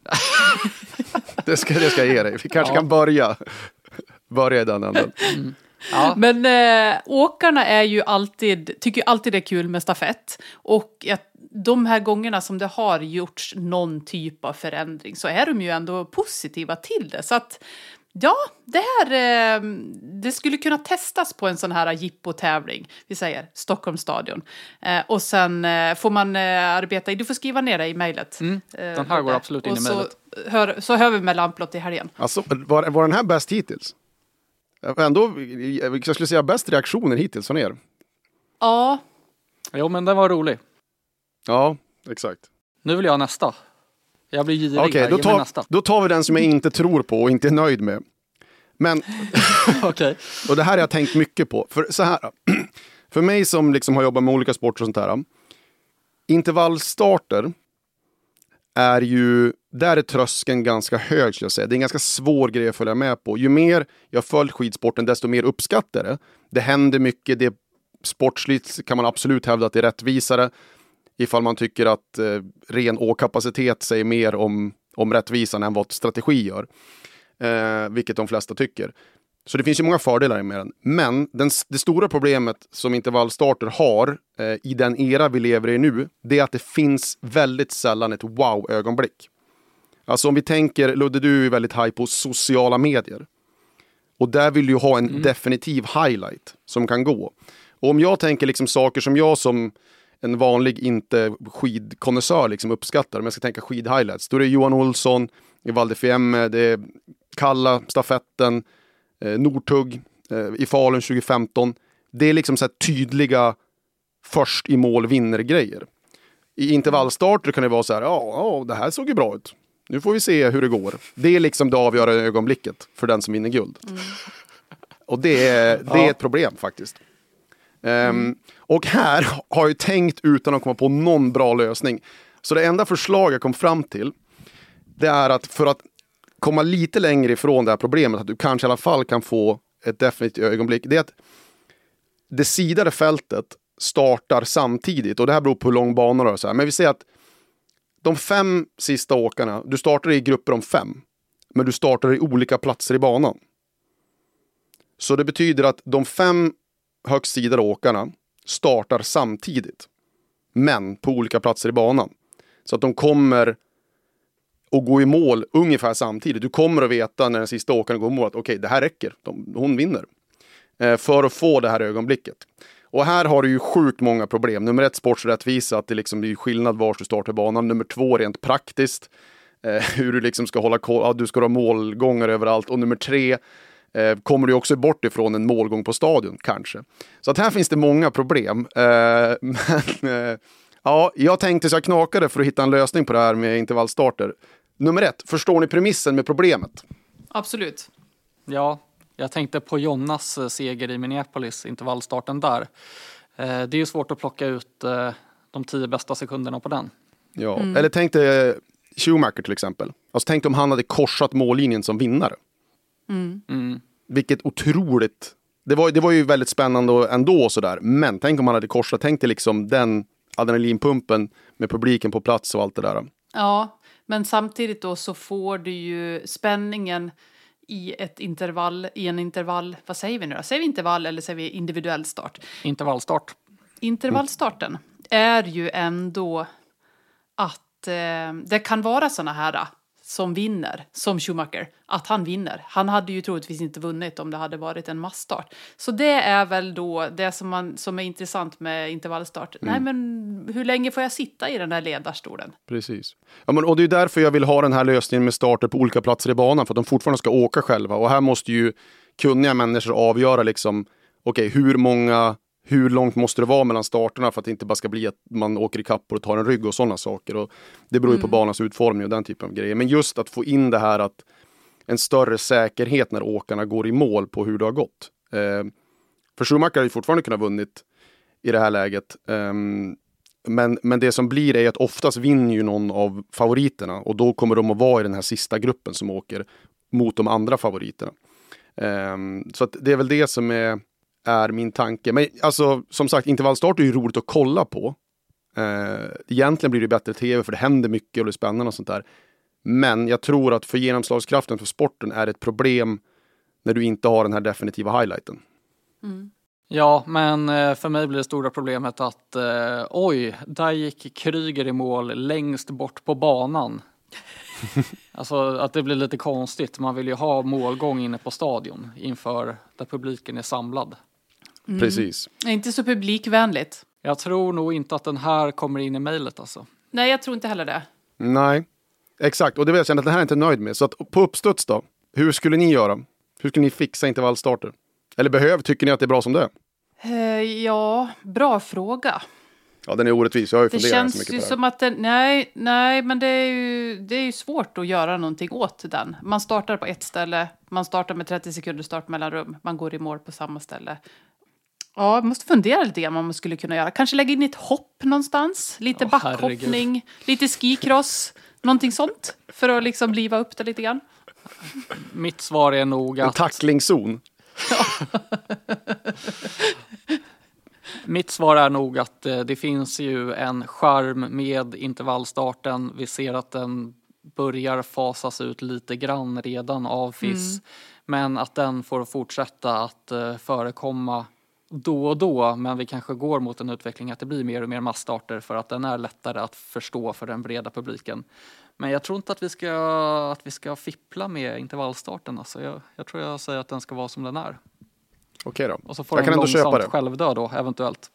det ska jag ge dig. Vi kanske kan börja i den änden. Ja. Men åkarna är ju tycker ju alltid det är kul med stafett. Och de här gångerna som det har gjorts någon typ av förändring så är de ju ändå positiva till det. Så att ja, det skulle kunna testas på en sån här jippo-tävling. Vi säger Stockholms stadion. Och sen får man arbeta du får skriva ner det i mejlet. Den här går absolut in i mejlet. Så hör vi med lamplott i helgen. Alltså, var den här bäst hittills? Ändå, jag skulle säga bäst reaktioner hittills från er. Ja. Jo, men den var rolig. Ja, exakt. Nu vill jag ha nästa. Jag blir girig. Okej, då tar vi den som jag inte tror på och inte är nöjd med. Men, och det här har jag tänkt mycket på. För så här, för mig som liksom har jobbat med olika sporter och sånt här. Intervallstarter är ju, där är tröskeln ganska hög, skulle jag säga. Det är en ganska svår grej att följa med på. Ju mer jag följt skidsporten, desto mer uppskattar det. Det händer mycket, det är sportsligt, kan man absolut hävda att det är rättvisare. Ifall man tycker att ren åkapacitet säger mer om rättvisan än vad strategi gör. Vilket de flesta tycker. Så det finns ju många fördelar med den. Men det stora problemet som intervallstarter har i den era vi lever i nu, det är att det finns väldigt sällan ett wow-ögonblick. Alltså om vi tänker, Ludde, du är väldigt high på sociala medier. Och där vill du ha en definitiv highlight som kan gå. Och om jag tänker liksom saker som jag som en vanlig inte skidkonnässör liksom uppskattar, om jag ska tänka skidhighlights, då är det Johan Olsson i Val di Fiemme, det är Kalla, stafetten, Northug i Falun 2015. Det är liksom så här tydliga först i mål vinner grejer. I intervallstarter kan det vara så här, ja, det här såg ju bra ut. Nu får vi se hur det går. Det är liksom det avgörande ögonblicket för den som vinner guld. Och det är ett problem faktiskt. Och här har jag tänkt utan att komma på någon bra lösning. Så det enda förslag jag kom fram till, det är att för att komma lite längre ifrån det här problemet, att du kanske i alla fall kan få ett definitivt ögonblick, det är att det sidade fältet startar samtidigt, och det här beror på hur lång banan är så här. Men vi säger att de 5 sista åkarna, du startar i grupper om 5, men du startar i olika platser i banan. Så det betyder att de 5 högst sidade åkarna startar samtidigt, men på olika platser i banan. Så att de kommer att gå i mål ungefär samtidigt. Du kommer att veta när den sista åkaren går i mål att okej, det här räcker, hon vinner. För att få det här ögonblicket. Och här har du ju sjukt många problem. Nummer 1, sportsrättvisa, att det liksom blir skillnad var du startar banan. Nummer 2, rent praktiskt, hur du liksom ska hålla koll, du ska ha målgångar överallt. Och nummer 3, kommer du också bort ifrån en målgång på stadion kanske. Så att här finns det många problem. Men ja, jag tänkte så jag knakade för att hitta en lösning på det här med intervallstarter. Nummer 1, förstår ni premissen med problemet? Absolut. Ja, jag tänkte på Jonas seger i Minneapolis, intervallstarten där. Det är ju svårt att plocka ut de 10 bästa sekunderna på den. Ja, eller tänk dig Schumacher till exempel. Alltså tänk om han hade korsat mållinjen som vinnare. Vilket otroligt... Det var ju väldigt spännande ändå och sådär. Men tänk om han hade korsat, tänk dig liksom den adrenalinpumpen med publiken på plats och allt det där. Ja, men samtidigt då så får du ju spänningen i en intervall, vad säger vi nu då? Säger vi intervall eller säger vi individuell start? Intervallstart. Intervallstarten är ju ändå att det kan vara såna här som vinner, som Schumacher, att han vinner. Han hade ju troligtvis inte vunnit om det hade varit en massstart. Så det är väl då det som är intressant med intervallstart. Nej, men hur länge får jag sitta i den där ledarstolen? Precis. Ja, men, och det är därför jag vill ha den här lösningen med starter på olika platser i banan, för att de fortfarande ska åka själva. Och här måste ju kunniga människor avgöra liksom, okej, hur långt måste det vara mellan starterna för att det inte bara ska bli att man åker i kappor och tar en rygg och sådana saker. Och det beror ju på banans utformning och den typen av grejer. Men just att få in det här att en större säkerhet när åkarna går i mål på hur det har gått. För Schumacher har ju fortfarande kunnat vunnit i det här läget. Men det som blir är att oftast vinner ju någon av favoriterna. Och då kommer de att vara i den här sista gruppen som åker mot de andra favoriterna. Så att det är väl det som är min tanke. Men alltså, som sagt, intervallstart är ju roligt att kolla på. Egentligen blir det bättre tv för det händer mycket och det är spännande och sånt där. Men jag tror att för genomslagskraften för sporten är ett problem när du inte har den här definitiva highlighten. Ja, men för mig blir det stora problemet att där gick Kryger i mål längst bort på banan. Alltså att det blir lite konstigt. Man vill ju ha målgång inne på stadion inför där publiken är samlad. Precis. Inte så publikvänligt. Jag tror nog inte att den här kommer in i mejlet alltså. Nej, jag tror inte heller det. Nej, exakt. Och det vill jag känna att den här är inte nöjd med. Så att på uppstuds då, hur skulle ni göra? Hur skulle ni fixa intervallstarter? Eller tycker ni att det är bra som det är? Ja, bra fråga. Ja, den är orättvis. Jag har ju Det funderat så känns mycket ju på det. som att nej, men det är ju svårt att göra någonting åt den. Man startar på ett ställe, man startar med 30 sekunder start mellanrum, man går i mål på samma ställe. Ja, jag måste fundera lite grann vad man skulle kunna göra. Kanske lägga in ett hopp någonstans, lite backhoppning, lite skicross, någonting sånt för att liksom liva upp det lite grann. Mitt svar är nog En att... tacklingszon. Mitt svar är nog att det finns ju en charm med intervallstarten. Vi ser att den börjar fasas ut lite grann redan av FIS. Men att den får fortsätta att förekomma då och då. Men vi kanske går mot en utveckling att det blir mer och mer massstarter för att den är lättare att förstå för den breda publiken. Men jag tror inte att vi ska fippla med intervallstarten. Alltså jag tror jag säger att den ska vara som den är. Okej då. Och så får jag kan den ändå köpa långsamt det. självdö då, eventuellt.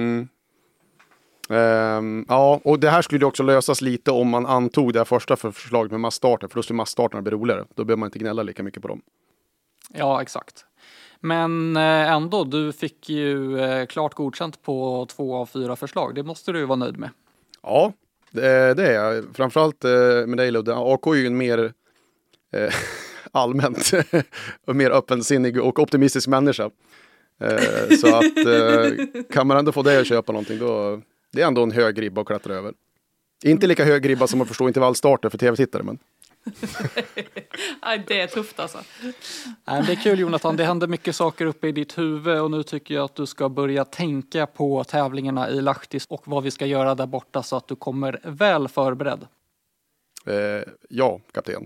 Ja, och det här skulle ju också lösas lite om man antog det här första förslaget med massstarter. För då skulle massstarterna bli roligare. Då behöver man inte gnälla lika mycket på dem. Ja, exakt. Men ändå, du fick ju klart godkänt på 2 av 4 förslag. Det måste du ju vara nöjd med. Ja, det är jag. Framförallt med dig Ludde. AK är ju en mer allmänt mer öppensinnig och optimistisk människa. Så att kan man ändå få dig att köpa någonting då, det är ändå en hög ribba att klättra över. Inte lika hög ribba som att förstå intervallstarter för tv-tittare, men... Det är tufft alltså. Det är kul Jonathan, det händer mycket saker uppe i ditt huvud och nu tycker jag att du ska börja tänka på tävlingarna i Lahtis och vad vi ska göra där borta så att du kommer väl förberedd. Ja, kapten.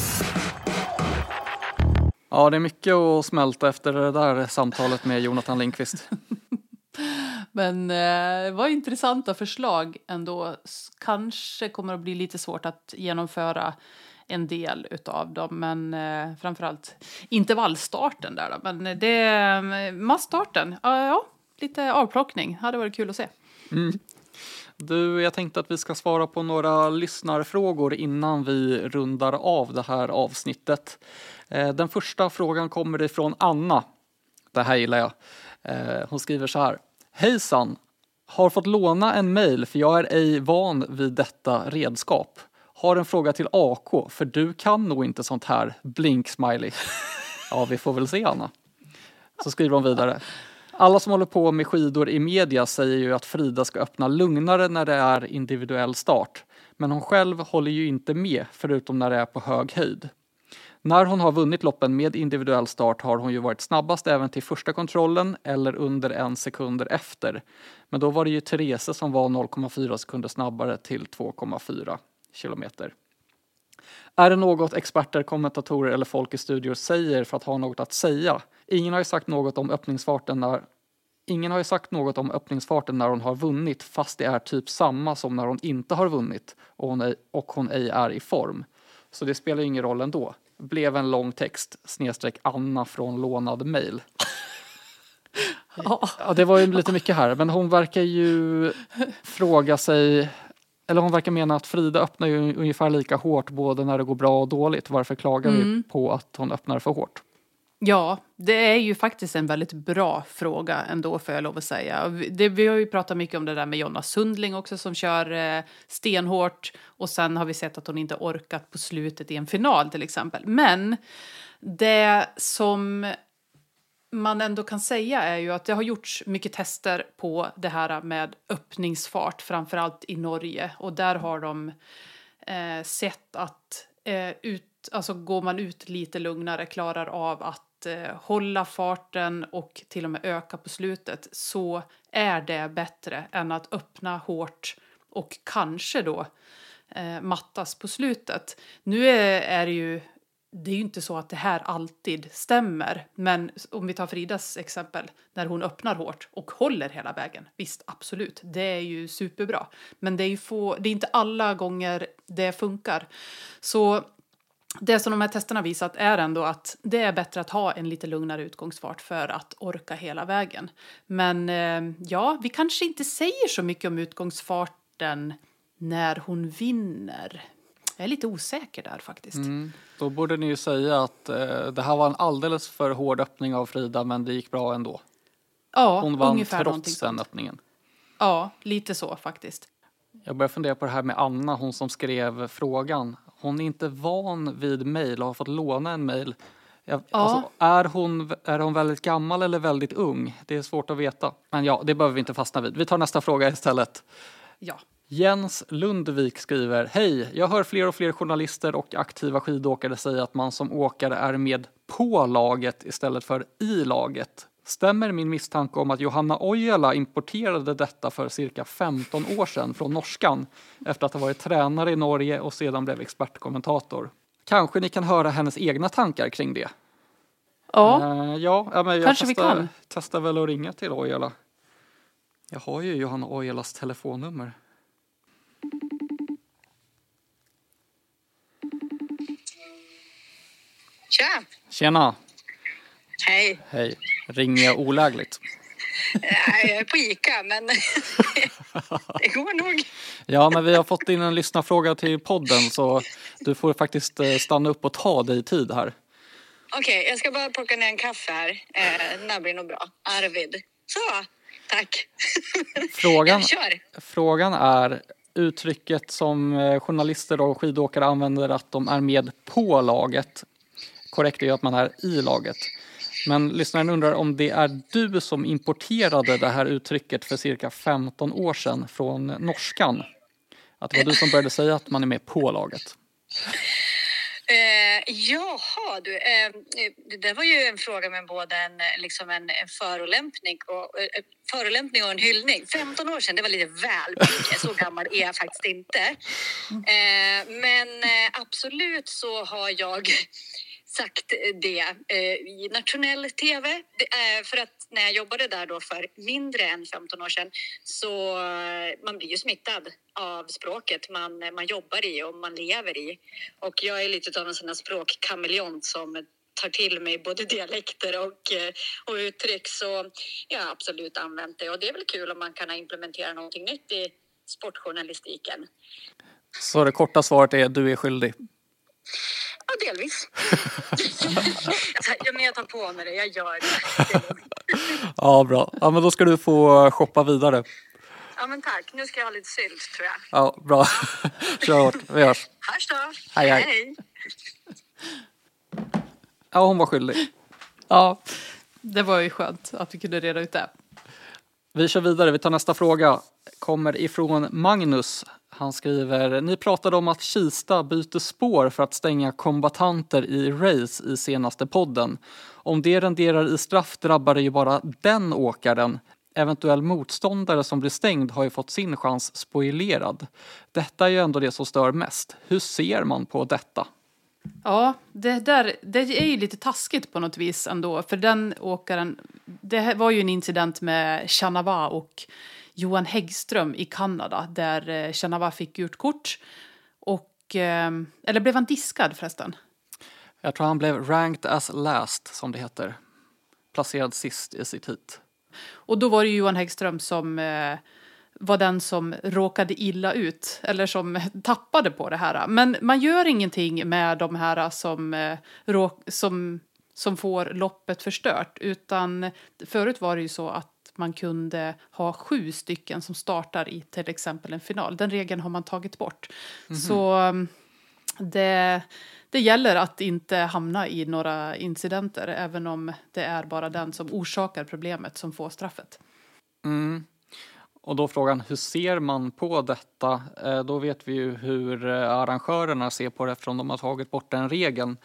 Ja, det är mycket att smälta efter det där samtalet med Jonathan Lindqvist. Men det var intressanta förslag ändå. Kanske kommer att bli lite svårt att genomföra en del utav dem. Men framförallt intervallstarten där då. Men det massstarten, ja, lite avplockning. Hade varit kul att se. Mm. Du, jag tänkte att vi ska svara på några lyssnarfrågor innan vi rundar av det här avsnittet. Den första frågan kommer ifrån Anna. Det här gillar jag. Hon skriver så här. Hejsan, har fått låna en mejl för jag är ej van vid detta redskap. Har en fråga till AK för du kan nog inte sånt här. Blink smiley. Ja, vi får väl se Anna. Så skriver hon vidare. Alla som håller på med skidor i media säger ju att Frida ska öppna lugnare när det är individuell start. Men hon själv håller ju inte med förutom när det är på hög höjd. När hon har vunnit loppen med individuell start har hon ju varit snabbast även till första kontrollen eller under 1 sekund efter. Men då var det ju Therese som var 0,4 sekunder snabbare till 2,4 kilometer. Är det något experter, kommentatorer eller folk i studior säger för att ha något att säga? Ingen har ju sagt något om öppningsfarten när hon har vunnit fast det är typ samma som när hon inte har vunnit och hon ej är i form. Så det spelar ingen roll ändå. Blev en lång text / Anna från lånad mejl. Ja, det var ju lite mycket här. Men hon verkar ju fråga sig, eller hon verkar mena att Frida öppnar ju ungefär lika hårt både när det går bra och dåligt. Varför klagar vi på att hon öppnar för hårt? Ja, det är ju faktiskt en väldigt bra fråga ändå får jag lov att säga. Vi har ju pratat mycket om det där med Jonna Sundling också som kör stenhårt. Och sen har vi sett att hon inte orkat på slutet i en final till exempel. Men det som man ändå kan säga är ju att det har gjorts mycket tester på det här med öppningsfart. Framförallt i Norge. Och där har de sett att alltså går man ut lite lugnare, klarar av att hålla farten och till och med öka på slutet, så är det bättre än att öppna hårt och kanske då mattas på slutet. Nu är det är ju inte så att det här alltid stämmer, men om vi tar Fridas exempel, när hon öppnar hårt och håller hela vägen, visst, absolut, det är ju superbra. Men det är inte alla gånger det funkar. Så det som de här testerna visat är ändå att det är bättre att ha en lite lugnare utgångsfart för att orka hela vägen. Men ja, vi kanske inte säger så mycket om utgångsfarten när hon vinner. Jag är lite osäker där faktiskt. Då borde ni ju säga att det här var en alldeles för hård öppning av Frida, men det gick bra ändå. Ja, hon vann ungefär trots den öppningen. Ja, lite så faktiskt. Jag börjar fundera på det här med Anna, hon som skrev frågan. Hon är inte van vid mejl och har fått låna en mejl. Alltså, är hon väldigt gammal eller väldigt ung? Det är svårt att veta. Men ja, det behöver vi inte fastna vid. Vi tar nästa fråga istället. Ja. Jens Lundvik skriver: Hej, jag hör fler och fler journalister och aktiva skidåkare säga att man som åkare är med på laget istället för i laget. Stämmer min misstanke om att Johanna Ojala importerade detta för cirka 15 år sedan från norskan efter att ha varit tränare i Norge och sedan blev expertkommentator? Kanske ni kan höra hennes egna tankar kring det? Ja, men kanske vi kan. Testar väl att ringa till Ojala. Jag har ju Johanna Ojalas telefonnummer. Tjena. Hej. Hej. Ringer jag olägligt? Nej, jag är på Ica, men det går nog. Ja, men vi har fått in en lyssnarfråga till podden, så du får faktiskt stanna upp och ta dig tid här. Okej, jag ska bara plocka ner en kaffe här. Det blir nog bra. Arvid. Så, tack. Frågan är uttrycket som journalister och skidåkare använder, att de är med på laget. Korrekt är ju att man är i laget. Men lyssnaren undrar om det är du som importerade det här uttrycket för cirka 15 år sedan från norskan. Att det var du som började säga att man är med på laget. Jaha, du. Det var ju en fråga med både en förolämpning och en hyllning. 15 år sedan, det var lite väl mycket. Så gammal är jag faktiskt inte. Men absolut så har jag sagt det i nationell tv. För att när jag jobbade där då för mindre än 15 år sedan så man blir ju smittad av språket man jobbar i och man lever i. Och jag är lite av en sån här språkkameleont som tar till mig både dialekter och uttryck. Så jag har absolut använt det. Och det är väl kul om man kan implementera någonting nytt i sportjournalistiken. Så det korta svaret är du är skyldig? Ja, delvis. Men jag tar på mig det, jag gör det. Ja, bra. Ja, men då ska du få shoppa vidare. Ja, men tack. Nu ska jag ha lite sylt, tror jag. Ja, bra. Kör hårt. Vi hörs. Hörs då. Hej. Ja, hon var skyldig. Ja, det var ju skönt att vi kunde reda ut det. Vi kör vidare. Vi tar nästa fråga. Kommer ifrån Magnus. Han skriver, ni pratade om att Kista byter spår för att stänga kombatanter i race i senaste podden. Om det renderar i straff drabbar det ju bara den åkaren. Eventuell motståndare som blir stängd har ju fått sin chans spoilerad. Detta är ju ändå det som stör mest. Hur ser man på detta? Ja, det är ju lite taskigt på något vis ändå. För den åkaren, det var ju en incident med Chanava och Johan Häggström i Kanada där Chanava fick gult kort eller blev han diskad förresten? Jag tror han blev ranked as last som det heter. Placerad sist i sitt hit. Och då var det Johan Häggström som var den som råkade illa ut eller som tappade på det här. Men man gör ingenting med de här som får loppet förstört, utan förut var det ju så att man kunde ha 7 stycken som startar i till exempel en final. Den regeln har man tagit bort. Mm-hmm. Så det gäller att inte hamna i några incidenter, även om det är bara den som orsakar problemet som får straffet. Mm. Och då frågan, hur ser man på detta? Då vet vi ju hur arrangörerna ser på det eftersom de har tagit bort den regeln.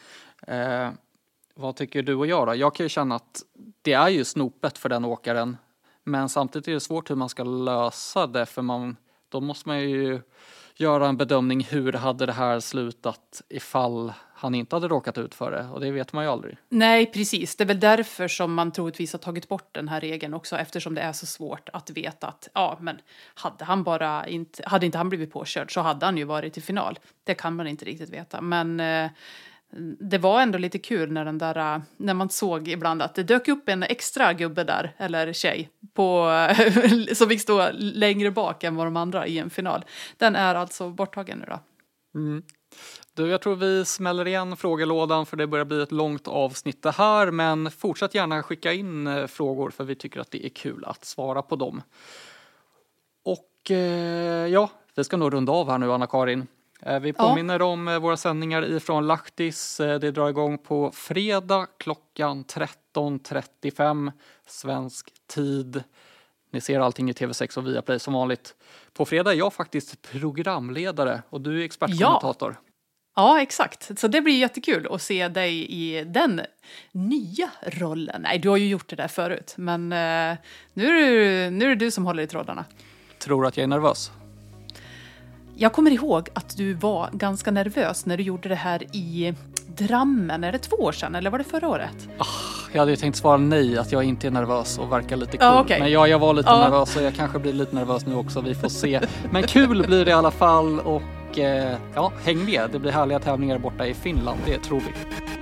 Vad tycker du och jag då? Jag kan ju känna att det är ju snopet för den åkaren. Men samtidigt är det svårt hur man ska lösa det. För då måste man ju göra en bedömning hur hade det här slutat ifall han inte hade råkat ut för det. Och det vet man ju aldrig. Nej, precis. Det är väl därför som man troligtvis har tagit bort den här regeln också. Eftersom det är så svårt att veta att men hade inte han blivit påkörd så hade han ju varit i final. Det kan man inte riktigt veta. Men det var ändå lite kul när man såg ibland att det dök upp en extra gubbe där, eller tjej, som fick stå längre bak än vad de andra i en final. Den är alltså borttagen nu då. Mm. Du, jag tror vi smäller igen frågelådan för det börjar bli ett långt avsnitt det här, men fortsätt gärna skicka in frågor för vi tycker att det är kul att svara på dem. Och vi ska nog runda av här nu, Anna-Karin. Vi påminner om våra sändningar ifrån Lahtis. Det drar igång på fredag klockan 13.35 svensk tid. Ni ser allting i TV6 och Viaplay som vanligt. På fredag är jag faktiskt programledare och du är expertkommentator. Ja, exakt. Så det blir jättekul att se dig i den nya rollen. Nej, du har ju gjort det där förut. Men nu är det du som håller i trådarna. Tror du att jag är nervös? Jag kommer ihåg att du var ganska nervös när du gjorde det här i Drammen. Är det 2 år sedan eller var det förra året? Jag hade ju tänkt svara nej, att jag inte är nervös och verkar lite cool. Okay. Men jag var lite nervös och jag kanske blir lite nervös nu också. Vi får se. Men kul blir det i alla fall och häng med. Det blir härliga tävlingar borta i Finland, det tror vi.